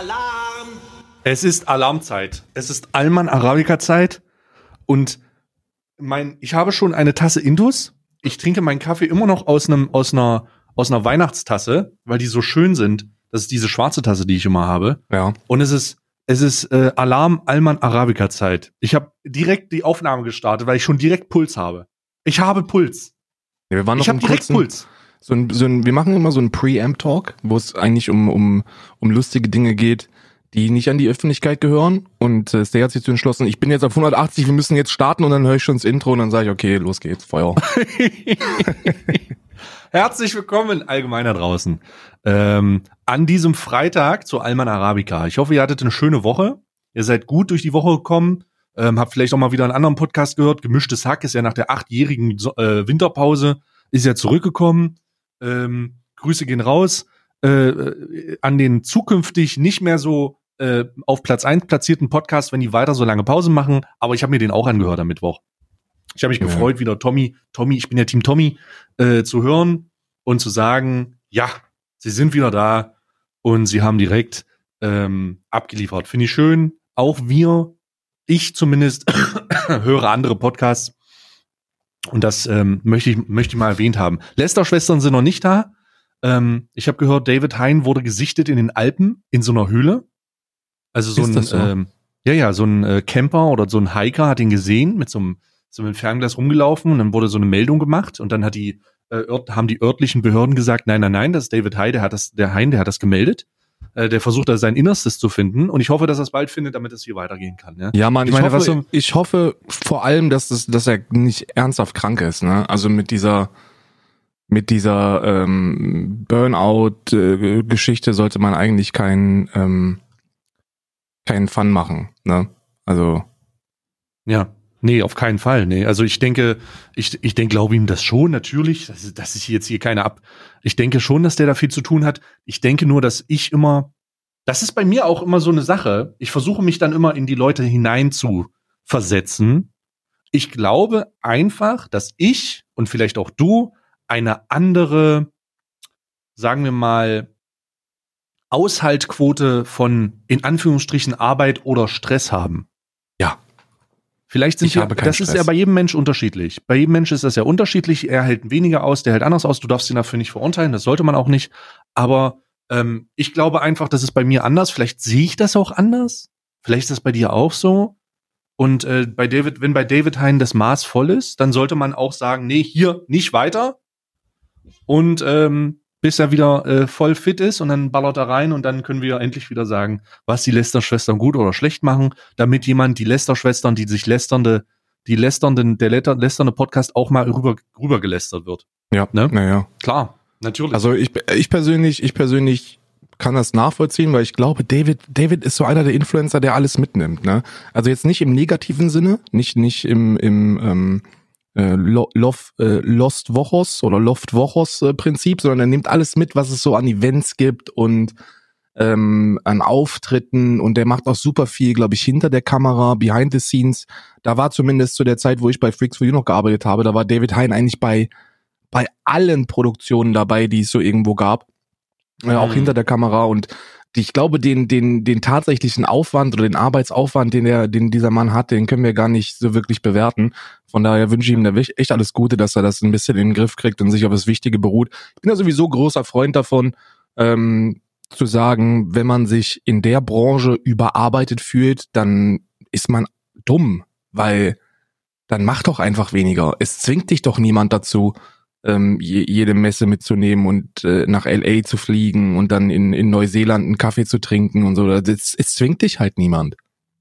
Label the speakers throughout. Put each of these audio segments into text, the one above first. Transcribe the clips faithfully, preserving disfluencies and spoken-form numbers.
Speaker 1: Alarm!
Speaker 2: Es ist Alarmzeit. Es ist Alman Arabica Zeit und mein, ich habe schon eine Tasse Indus. Ich trinke meinen Kaffee immer noch aus einem, aus einer, aus einer Weihnachtstasse, weil die so schön sind. Das ist diese schwarze Tasse, die ich immer habe.
Speaker 3: Ja.
Speaker 2: Und es ist, es ist äh, Alarm Alman Arabica Zeit. Ich habe direkt die Aufnahme gestartet, weil ich schon direkt Puls habe. Ich habe Puls.
Speaker 3: Ja, wir waren noch
Speaker 2: ich habe direkt
Speaker 3: kurzen,
Speaker 2: Puls.
Speaker 3: So ein, so ein, wir machen immer so einen Pre-Amp-Talk, wo es eigentlich um, um, um lustige Dinge geht, die nicht an die Öffentlichkeit gehören. Und äh, Stay hat sich zu entschlossen, ich bin jetzt auf hundertachtzig, wir müssen jetzt starten, und dann höre ich schon das Intro und dann sage ich, okay, los geht's, Feuer.
Speaker 2: Herzlich willkommen allgemein da draußen. Ähm, an diesem Freitag zu Alman Arabica. Ich hoffe, ihr hattet eine schöne Woche. Ihr seid gut durch die Woche gekommen. Ähm, habt vielleicht auch mal wieder einen anderen Podcast gehört. Gemischtes Hack ist ja nach der achtjährigen so- äh, Winterpause, ist ja zurückgekommen. Ähm, Grüße gehen raus. Äh, an den zukünftig nicht mehr so äh, auf Platz eins platzierten Podcast, wenn die weiter so lange Pause machen. Aber ich habe mir den auch angehört am Mittwoch. Ich habe mich
Speaker 3: Ja.
Speaker 2: gefreut, wieder Tommy, Tommy, ich bin ja Team Tommy, äh, zu hören und zu sagen, ja, sie sind wieder da und sie haben direkt ähm, abgeliefert. Finde ich schön. Auch wir, ich zumindest, höre andere Podcasts und das ähm, möchte ich möchte ich mal erwähnt haben. Lester-Schwestern sind noch nicht da. Ähm, ich habe gehört, David Hein wurde gesichtet in den Alpen in so einer Höhle. Also so
Speaker 3: Ist
Speaker 2: ein,
Speaker 3: das so?
Speaker 2: ähm, ja ja, so ein äh, Camper oder so ein Hiker hat ihn gesehen mit so einem so mit dem Fernglas rumgelaufen und dann wurde so eine Meldung gemacht und dann hat die äh, ört, haben die örtlichen Behörden gesagt, nein, nein, nein, das ist David Hein, der hat das, der Hein, der hat das gemeldet. Äh, der versucht da sein Innerstes zu finden und ich hoffe, dass er es bald findet, damit es hier weitergehen kann. Ja,
Speaker 3: Ja, Mann,
Speaker 2: Ich
Speaker 3: ich,
Speaker 2: meine, was
Speaker 3: hoffe,
Speaker 2: so-
Speaker 3: ich hoffe vor allem, dass das, dass er nicht ernsthaft krank ist, ne? Also mit dieser, mit dieser ähm, Burnout-Geschichte sollte man eigentlich keinen, ähm, keinen Fun machen, ne? Also
Speaker 2: Ja, nee, auf keinen Fall. Nee, also ich denke, ich, ich denke, glaube ihm das schon, natürlich. Das ist, das ist jetzt hier keine ab. Ich denke schon, dass der da viel zu tun hat. Ich denke nur, dass ich immer, das ist bei mir auch immer so eine Sache. Ich versuche mich dann immer in die Leute hinein zu versetzen. Ich glaube einfach, dass ich und vielleicht auch du eine andere, sagen wir mal, Aushaltquote von in Anführungsstrichen Arbeit oder Stress haben.
Speaker 3: Ja.
Speaker 2: Vielleicht sind
Speaker 3: Ich
Speaker 2: wir,
Speaker 3: habe keinen
Speaker 2: das ist
Speaker 3: Stress.
Speaker 2: ja bei jedem Mensch unterschiedlich. Bei jedem Mensch ist das ja unterschiedlich. Er hält weniger aus, der hält anders aus. Du darfst ihn dafür nicht verurteilen, das sollte man auch nicht. Aber ähm, ich glaube einfach, das ist bei mir anders. Vielleicht sehe ich das auch anders. Vielleicht ist das bei dir auch so. Und äh, bei David, wenn bei David Hein das Maß voll ist, dann sollte man auch sagen, nee, hier nicht weiter. Und ähm, bis er wieder äh, voll fit ist und dann ballert er rein und dann können wir endlich wieder sagen, was die Lester-Schwestern gut oder schlecht machen, damit jemand die Lester-Schwestern, die sich lästernde, die lästernden, der läster- lästernde Podcast auch mal rüber, rüber gelästert wird.
Speaker 3: ja,
Speaker 2: Ne?
Speaker 3: naja.
Speaker 2: Klar, natürlich.
Speaker 3: Also ich, ich persönlich, ich persönlich kann das nachvollziehen, weil ich glaube, David, David ist so einer der Influencer, der alles mitnimmt, ne? Also jetzt nicht im negativen Sinne, nicht, nicht im, im, ähm, äh, Lo- Lof, äh, Lost Wochos oder Loft Wochos äh, Prinzip, sondern er nimmt alles mit, was es so an Events gibt und ähm, an Auftritten, und der macht auch super viel, glaube ich, hinter der Kamera, behind the scenes. Da war zumindest zu der Zeit, wo ich bei Freaks for You noch gearbeitet habe, da war David Hein eigentlich bei bei allen Produktionen dabei, die es so irgendwo gab, äh, auch
Speaker 2: Mhm.
Speaker 3: hinter der Kamera, und die, ich glaube, den den den tatsächlichen Aufwand oder den Arbeitsaufwand, den der den dieser Mann hat, den können wir gar nicht so wirklich bewerten. Von daher wünsche ich ihm da wech- echt alles Gute, dass er das ein bisschen in den Griff kriegt und sich auf das Wichtige beruht. Ich bin ja sowieso großer Freund davon, ähm, zu sagen, wenn man sich in der Branche überarbeitet fühlt, dann ist man dumm, weil dann mach doch einfach weniger. Es zwingt dich doch niemand dazu, ähm, je, jede Messe mitzunehmen und äh, nach L A zu fliegen und dann in, in Neuseeland einen Kaffee zu trinken und so. Es, es zwingt dich halt niemand.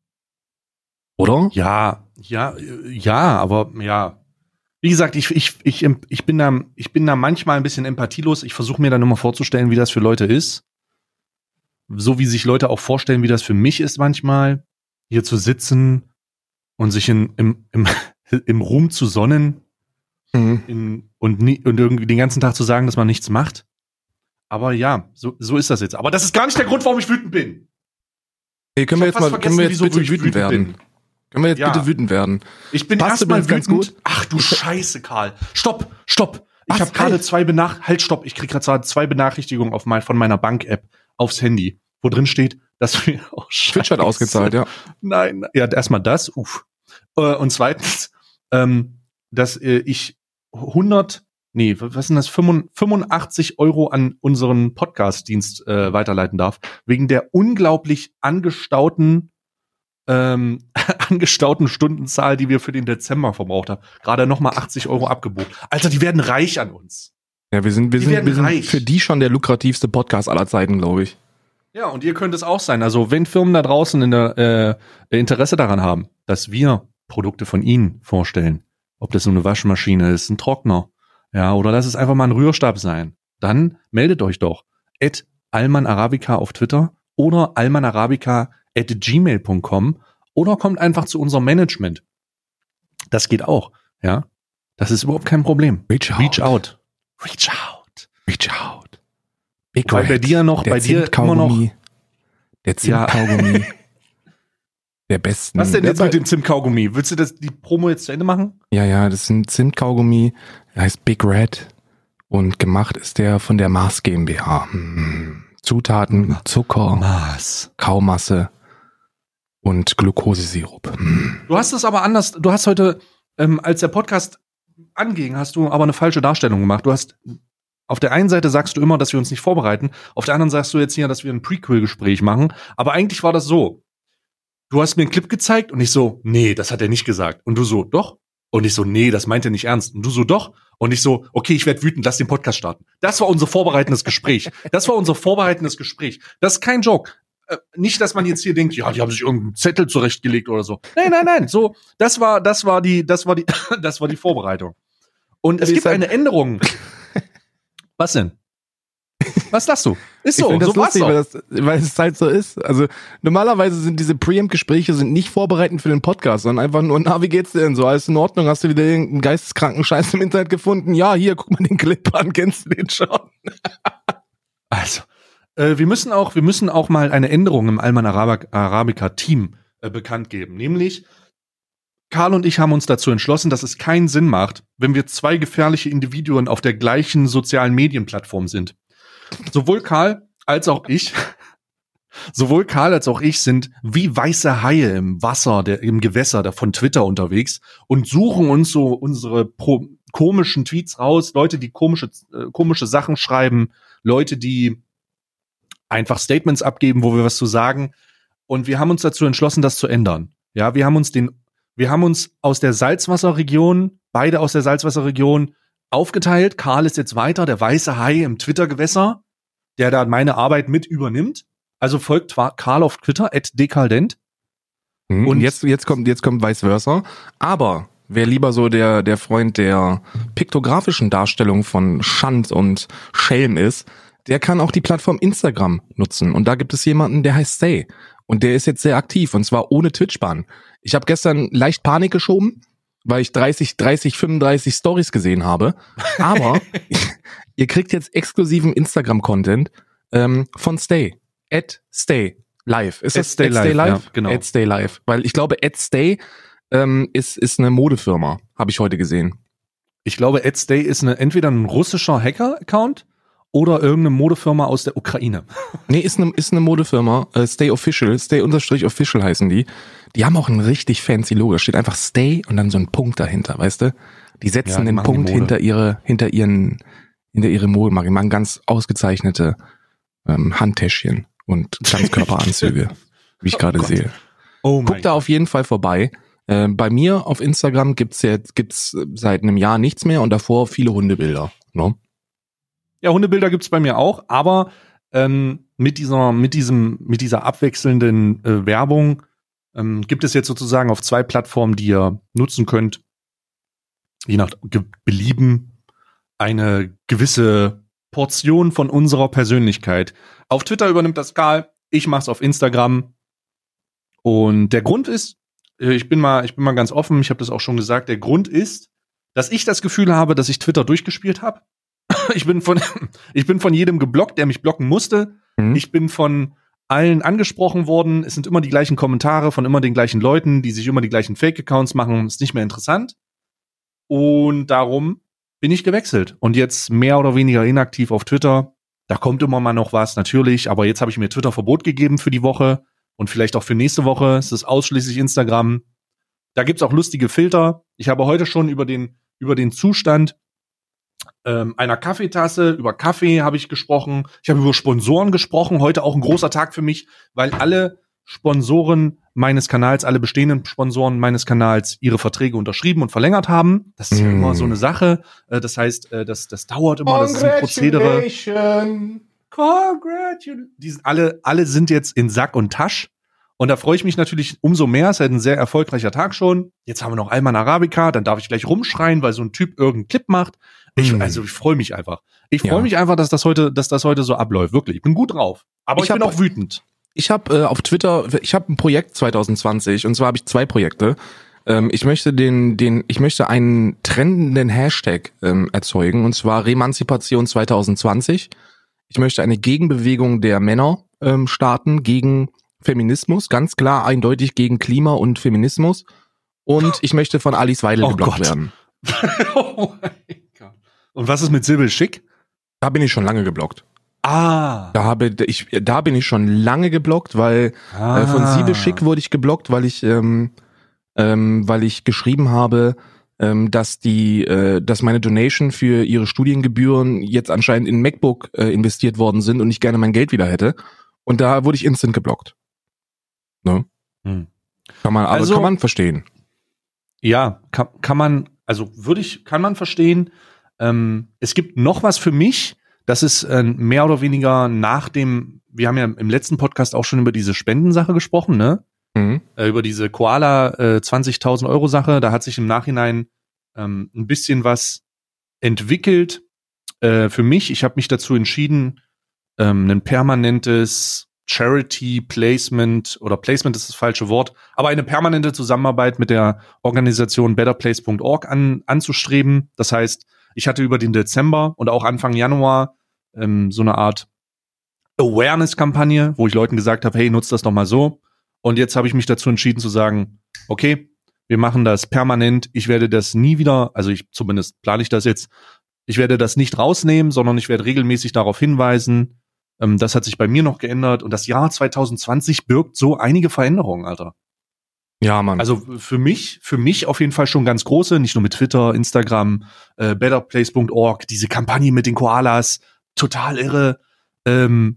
Speaker 3: Oder?
Speaker 2: Ja, ja, äh, ja, aber ja. Wie gesagt, ich, ich, ich, ich bin da, ich bin da manchmal ein bisschen empathielos. Ich versuche mir dann immer vorzustellen, wie das für Leute ist. So wie sich Leute auch vorstellen, wie das für mich ist manchmal, hier zu sitzen und sich in, im, im, im Ruhm zu sonnen
Speaker 3: Mhm.
Speaker 2: in, und, nie, und irgendwie den ganzen Tag zu sagen, dass man nichts macht. Aber ja, so, so ist das jetzt. Aber das ist gar nicht der Grund, warum ich wütend bin.
Speaker 3: Hey, können
Speaker 2: Ich
Speaker 3: wir
Speaker 2: hab
Speaker 3: jetzt
Speaker 2: fast
Speaker 3: mal, können wir jetzt
Speaker 2: vergessen,
Speaker 3: bitte
Speaker 2: wieso ich
Speaker 3: wütend
Speaker 2: wütend
Speaker 3: werden?
Speaker 2: bin.
Speaker 3: Können wir jetzt
Speaker 2: Ja.
Speaker 3: bitte wütend werden?
Speaker 2: Ich bin
Speaker 3: Passt
Speaker 2: erstmal
Speaker 3: übrigens ganz
Speaker 2: wütend.
Speaker 3: gut.
Speaker 2: Ach du Scheiße, Karl. Stopp, stopp. Ich
Speaker 3: Was?
Speaker 2: habe gerade
Speaker 3: Halt.
Speaker 2: zwei Benach halt stopp, ich krieg gerade zwei Benachrichtigungen auf mein, von meiner Bank-App aufs Handy, wo drin steht, dass wir auch
Speaker 3: Twitch hat ausgezahlt, ja.
Speaker 2: Nein, ja, erstmal das, uff. Und zweitens, ähm, dass äh, ich hundert, nee, was sind das, fünfundachtzig Euro an unseren Podcast-Dienst äh, weiterleiten darf, wegen der unglaublich angestauten ähm, angestauten Stundenzahl, die wir für den Dezember verbraucht haben. Gerade nochmal achtzig Euro abgebucht. Alter, die werden reich an uns.
Speaker 3: Ja, wir sind, wir
Speaker 2: Die
Speaker 3: sind,
Speaker 2: werden
Speaker 3: wir sind
Speaker 2: reich.
Speaker 3: für die schon der lukrativste Podcast aller Zeiten, glaube ich.
Speaker 2: Ja, und ihr könnt es auch sein. Also, wenn Firmen da draußen in der, äh, Interesse daran haben, dass wir Produkte von ihnen vorstellen, ob das so eine Waschmaschine ist, ein Trockner, ja, oder lass es einfach mal ein Rührstab sein, dann meldet euch doch. At Alman Arabica auf Twitter oder almanarabica at gmail punkt com oder kommt einfach zu unserem Management. Das geht auch, ja. Das ist überhaupt kein Problem.
Speaker 3: Reach out.
Speaker 2: Reach out. Reach out.
Speaker 3: Reach out. Big
Speaker 2: Weil bei
Speaker 3: Red,
Speaker 2: dir noch,
Speaker 3: der
Speaker 2: bei dir immer noch.
Speaker 3: Zimtkaugummi, Der Zimtkaugummi. Der besten.
Speaker 2: Was denn
Speaker 3: Der
Speaker 2: jetzt
Speaker 3: bei-
Speaker 2: mit dem Zimtkaugummi? Willst du das, die Promo jetzt zu Ende machen?
Speaker 3: Ja, ja, das ist ein Zimtkaugummi. Der heißt Big Red. Und gemacht ist der von der Mars GmbH. Hm. Zutaten, Zucker,
Speaker 2: Maß.
Speaker 3: Kaumasse und Glukosesirup. Hm.
Speaker 2: Du hast es aber anders, du hast heute, ähm, als der Podcast anging, hast du aber eine falsche Darstellung gemacht. Du hast, auf der einen Seite sagst du immer, dass wir uns nicht vorbereiten, auf der anderen sagst du jetzt hier, dass wir ein Prequel-Gespräch machen, aber eigentlich war das so. Du hast mir einen Clip gezeigt und ich so, nee, das hat er nicht gesagt. Und du so, doch? Und ich so, nee, das meint er nicht ernst. Und du so, doch? Und ich so, okay, ich werde wütend, lass den Podcast starten. Das war unser vorbereitendes Gespräch. Das war unser vorbereitendes Gespräch. Das ist kein Joke. Äh, nicht, dass man jetzt hier denkt, ja, die haben sich irgendeinen Zettel zurechtgelegt oder so. Nein, nein, nein. So, das war, das war die, das war die, das war die Vorbereitung. Und es
Speaker 3: Wie
Speaker 2: gibt
Speaker 3: ist
Speaker 2: eine Änderung. Was denn? Was lachst du? Ist
Speaker 3: Ich
Speaker 2: so,
Speaker 3: finde
Speaker 2: so
Speaker 3: das
Speaker 2: war's
Speaker 3: lustig,
Speaker 2: doch.
Speaker 3: weil, das, weil es halt so ist. Also normalerweise sind diese Preamp-Gespräche sind nicht vorbereitend für den Podcast, sondern einfach nur, na, wie geht's dir denn so? Alles in Ordnung? Hast du wieder irgendeinen geisteskranken Scheiß im Internet gefunden? Ja, hier, guck mal den Clip an, kennst du den schon?
Speaker 2: Also, äh, wir müssen auch, wir müssen auch mal eine Änderung im Alman Arab- Arabica-Team äh, bekannt geben. Nämlich, Karl und ich haben uns dazu entschlossen, dass es keinen Sinn macht, wenn wir zwei gefährliche Individuen auf der gleichen sozialen Medienplattform sind. Sowohl Karl als auch ich, sowohl Karl als auch ich sind wie weiße Haie im Wasser, der, im Gewässer der, von Twitter unterwegs und suchen uns so unsere pro, komischen Tweets raus, Leute, die komische, äh, komische Sachen schreiben, Leute, die einfach Statements abgeben, wo wir was zu sagen. Und wir haben uns dazu entschlossen, das zu ändern. Ja, wir haben uns den, wir haben uns aus der Salzwasserregion, beide aus der Salzwasserregion aufgeteilt. Karl ist jetzt weiter, der weiße Hai im Twitter-Gewässer, der da meine Arbeit mit übernimmt. Also folgt Karl auf Twitter, at dekaldent.
Speaker 3: Und
Speaker 2: Und-
Speaker 3: jetzt, jetzt kommt, jetzt kommt vice versa. Aber wer lieber so der, der Freund der piktografischen Darstellung von Schand und Schelm ist, der kann auch die Plattform Instagram nutzen. Und da gibt es jemanden, der heißt Stay. Und der ist jetzt sehr aktiv, und zwar ohne Twitch-Ban. Ich habe gestern leicht Panik geschoben, weil ich dreißig, dreißig, fünfunddreißig Stories gesehen habe. Aber ihr kriegt jetzt exklusiven Instagram-Content ähm, von Stay. At Stay Live. Ist
Speaker 2: At
Speaker 3: das
Speaker 2: Stay
Speaker 3: At Stay
Speaker 2: Live,
Speaker 3: Live?
Speaker 2: ja, genau.
Speaker 3: At Stay Live. Weil ich glaube, At Stay ähm, ist, ist eine Modefirma, habe ich heute gesehen.
Speaker 2: Ich glaube, AdStay ist eine, entweder ein russischer Hacker-Account oder irgendeine Modefirma aus der Ukraine.
Speaker 3: Nee, ist eine, ist eine Modefirma. Äh, Stay Official. Stay unterstrich Official heißen die. Die haben auch ein richtig fancy Logo. Da steht einfach Stay und dann so ein Punkt dahinter, weißt du? Die setzen
Speaker 2: Ja, die
Speaker 3: den
Speaker 2: machen die
Speaker 3: Punkt
Speaker 2: Mode.
Speaker 3: hinter ihre, hinter ihren, hinter ihre Modemarke. Die machen ganz ausgezeichnete ähm, Handtäschchen und Ganzkörperanzüge, wie ich
Speaker 2: Oh
Speaker 3: gerade
Speaker 2: Gott.
Speaker 3: sehe.
Speaker 2: Oh mein
Speaker 3: Guck da auf jeden Fall vorbei. Äh, bei mir auf Instagram gibt's jetzt gibt's seit einem Jahr nichts mehr und davor viele Hundebilder. Ne?
Speaker 2: Ja, Hundebilder gibt's bei mir auch, aber ähm, mit dieser, mit diesem, mit dieser abwechselnden äh, Werbung ähm, gibt es jetzt sozusagen auf zwei Plattformen, die ihr nutzen könnt, je nach Ge- Belieben, eine gewisse Portion von unserer Persönlichkeit. Auf Twitter übernimmt das Karl, ich mach's auf Instagram. Und der Grund ist, äh, ich bin mal, ich bin mal ganz offen, ich habe das auch schon gesagt, der Grund ist, dass ich das Gefühl habe, dass ich Twitter durchgespielt habe. Ich bin von, ich bin von jedem geblockt, der mich blocken musste.
Speaker 3: Mhm.
Speaker 2: Ich bin von allen angesprochen worden. Es sind immer die gleichen Kommentare von immer den gleichen Leuten, die sich immer die gleichen Fake-Accounts machen. Ist nicht mehr interessant. Und darum bin ich gewechselt. Und jetzt mehr oder weniger inaktiv auf Twitter. Da kommt immer mal noch was, natürlich. Aber jetzt habe ich mir Twitter-Verbot gegeben für die Woche und vielleicht auch für nächste Woche. Es ist ausschließlich Instagram. Da gibt's auch lustige Filter. Ich habe heute schon über den, über den Zustand ähm, einer Kaffeetasse, über Kaffee habe ich gesprochen. Ich habe über Sponsoren gesprochen. Heute auch ein großer Tag für mich, weil alle Sponsoren meines Kanals, alle bestehenden Sponsoren meines Kanals ihre Verträge unterschrieben und verlängert haben. Das ist ja mm. immer so eine Sache. Das heißt, das, das dauert immer, das ist ein Prozedere. Congratulations. Die sind alle, alle sind jetzt in Sack und Tasch. Und da freue ich mich natürlich umso mehr. Es ist ein sehr erfolgreicher Tag schon. Jetzt haben wir noch Alman Arabica. Dann darf ich gleich rumschreien, weil so ein Typ irgendeinen Clip macht. Ich, mm. Also ich freue mich einfach. Ich freue ja. mich einfach, dass das heute, dass das heute so abläuft. Wirklich. Ich bin gut drauf. Aber ich, ich bin auch wütend.
Speaker 3: Ich habe äh, auf Twitter, ich habe ein Projekt zwanzig zwanzig und zwar habe ich zwei Projekte. Ähm, ich möchte den, den, ich möchte einen trendenden Hashtag ähm, erzeugen und zwar Remanzipation zwanzig zwanzig. Ich möchte eine Gegenbewegung der Männer ähm, starten gegen Feminismus, ganz klar eindeutig gegen Klima und Feminismus. Und ich möchte von Alice Weidel oh geblockt Gott. werden.
Speaker 2: Oh mein Gott. Und was ist mit Sibyl Schick?
Speaker 3: Da bin ich schon lange geblockt.
Speaker 2: Ah.
Speaker 3: Da habe ich, da bin ich schon lange geblockt, weil ah. äh, von Sibyl Schick wurde ich geblockt, weil ich, ähm, ähm, weil ich geschrieben habe, ähm, dass die, äh, dass meine Donation für ihre Studiengebühren jetzt anscheinend in MacBook äh, investiert worden sind und ich gerne mein Geld wieder hätte. Und da wurde ich instant geblockt. Ne? Hm. Kann man, aber also, kann man verstehen.
Speaker 2: Ja, kann, kann man, also würde ich, kann man verstehen. Ähm, es gibt noch was für mich. Das ist äh, mehr oder weniger nach dem, wir haben ja im letzten Podcast auch schon über diese Spendensache gesprochen, ne? Mhm. Äh, über diese Koala äh, zwanzigtausend Euro Sache. Da hat sich im Nachhinein ähm, ein bisschen was entwickelt äh, für mich. Ich habe mich dazu entschieden, ähm, ein permanentes Charity Placement oder Placement ist das falsche Wort, aber eine permanente Zusammenarbeit mit der Organisation better place punkt org an, anzustreben. Das heißt, ich hatte über den Dezember und auch Anfang Januar ähm, so eine Art Awareness-Kampagne, wo ich Leuten gesagt habe, hey, nutzt das doch mal so. Und jetzt habe ich mich dazu entschieden zu sagen, okay, wir machen das permanent. Ich werde das nie wieder, also ich zumindest plane ich das jetzt, ich werde das nicht rausnehmen, sondern ich werde regelmäßig darauf hinweisen. Ähm, das hat sich bei mir noch geändert. Und das Jahr zwanzig zwanzig birgt so einige Veränderungen, Alter.
Speaker 3: Ja, Mann.
Speaker 2: Also für mich, für mich auf jeden Fall schon ganz große, nicht nur mit Twitter, Instagram, äh, better place punkt org, diese Kampagne mit den Koalas, total irre. Ähm,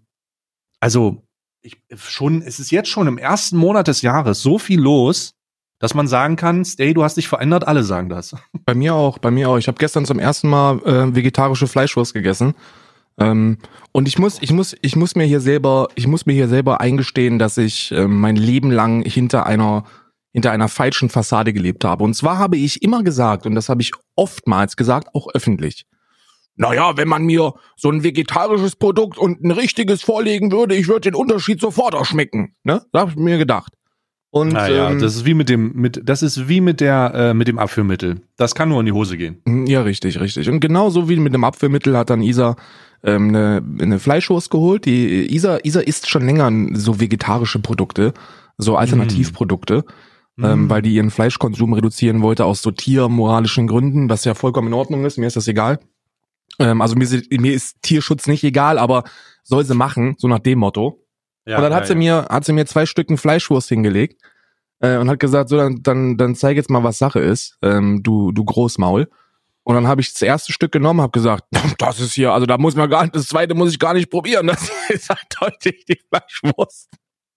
Speaker 2: also ich, schon, es ist jetzt schon im ersten Monat des Jahres so viel los, dass man sagen kann, Stay, du hast dich verändert, alle sagen das.
Speaker 3: Bei mir auch, bei mir auch. Ich habe gestern zum ersten Mal äh, vegetarische Fleischwurst gegessen. Ähm, und ich muss, ich muss, ich muss mir hier selber, ich muss mir hier selber eingestehen, dass ich äh, mein Leben lang hinter einer hinter einer falschen Fassade gelebt habe. Und zwar habe ich immer gesagt, und das habe ich oftmals gesagt, auch öffentlich, naja, wenn man mir so ein vegetarisches Produkt und ein richtiges vorlegen würde, ich würde den Unterschied sofort erschmecken. Ne? Da habe ich mir gedacht. Und
Speaker 2: naja,
Speaker 3: ähm,
Speaker 2: das ist wie mit dem, mit, das ist wie mit der, äh, mit dem Abführmittel. Das kann nur in die Hose gehen.
Speaker 3: Ja, richtig, richtig. Und genauso wie mit dem Abführmittel hat dann Isa ähm, eine, eine Fleischwurst geholt. Die Isa, Isa isst schon länger so vegetarische Produkte, so Alternativprodukte. Mm. Ähm, weil die ihren Fleischkonsum reduzieren wollte aus so tiermoralischen Gründen, was ja vollkommen in Ordnung ist, mir ist das egal. Ähm, also mir ist, mir ist Tierschutz nicht egal, aber soll sie machen, so nach dem Motto. Ja, und dann hat ja, sie ja. mir, hat sie mir zwei Stücken Fleischwurst hingelegt äh, und hat gesagt, so dann, dann, dann zeig jetzt mal, was Sache ist, ähm, du, du Großmaul. Und dann habe ich das erste Stück genommen, habe gesagt, das ist hier, also da muss man gar nicht, das zweite muss ich gar nicht probieren, das ist eindeutig die Fleischwurst.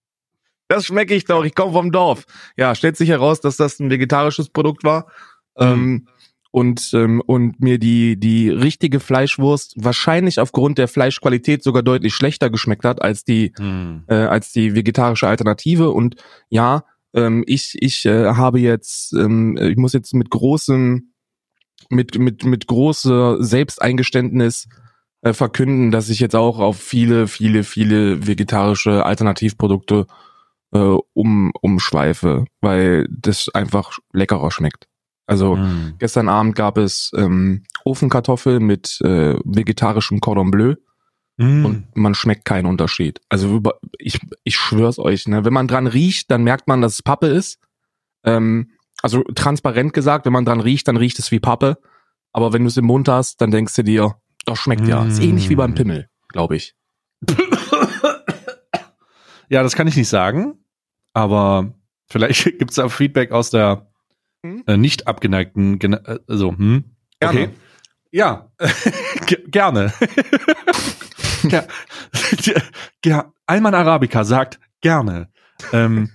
Speaker 3: Das schmecke ich doch, ich komme vom Dorf. Ja, stellt sich heraus, dass das ein vegetarisches Produkt war. Mhm. Ähm, und ähm, und mir die die richtige Fleischwurst wahrscheinlich aufgrund der Fleischqualität sogar deutlich schlechter geschmeckt hat als die mhm. äh, als die vegetarische Alternative. Und ja, ähm, ich ich äh, habe jetzt, ähm, ich muss jetzt mit großem mit mit mit großer Selbsteingeständnis äh, verkünden, dass ich jetzt auch auf viele viele viele vegetarische Alternativprodukte äh, um umschweife, weil das einfach leckerer schmeckt. Also mm. gestern Abend gab es ähm, Ofenkartoffel mit äh, vegetarischem Cordon Bleu mm. und man schmeckt keinen Unterschied. Also über, ich ich schwör's euch, ne, wenn man dran riecht, dann merkt man, dass es Pappe ist. Ähm, also transparent gesagt, wenn man dran riecht, dann riecht es wie Pappe. Aber wenn du es im Mund hast, dann denkst du dir, das schmeckt mm. ja. Ist ähnlich wie beim Pimmel. glaube ich.
Speaker 2: Ja, das kann ich nicht sagen, aber vielleicht gibt es da Feedback aus der hm? äh, nicht abgeneigten, Gen- äh, also, hm?
Speaker 3: Gerne.
Speaker 2: Okay. Ja, G- gerne. Ger- Ger- Alman Arabica sagt gerne. Ähm,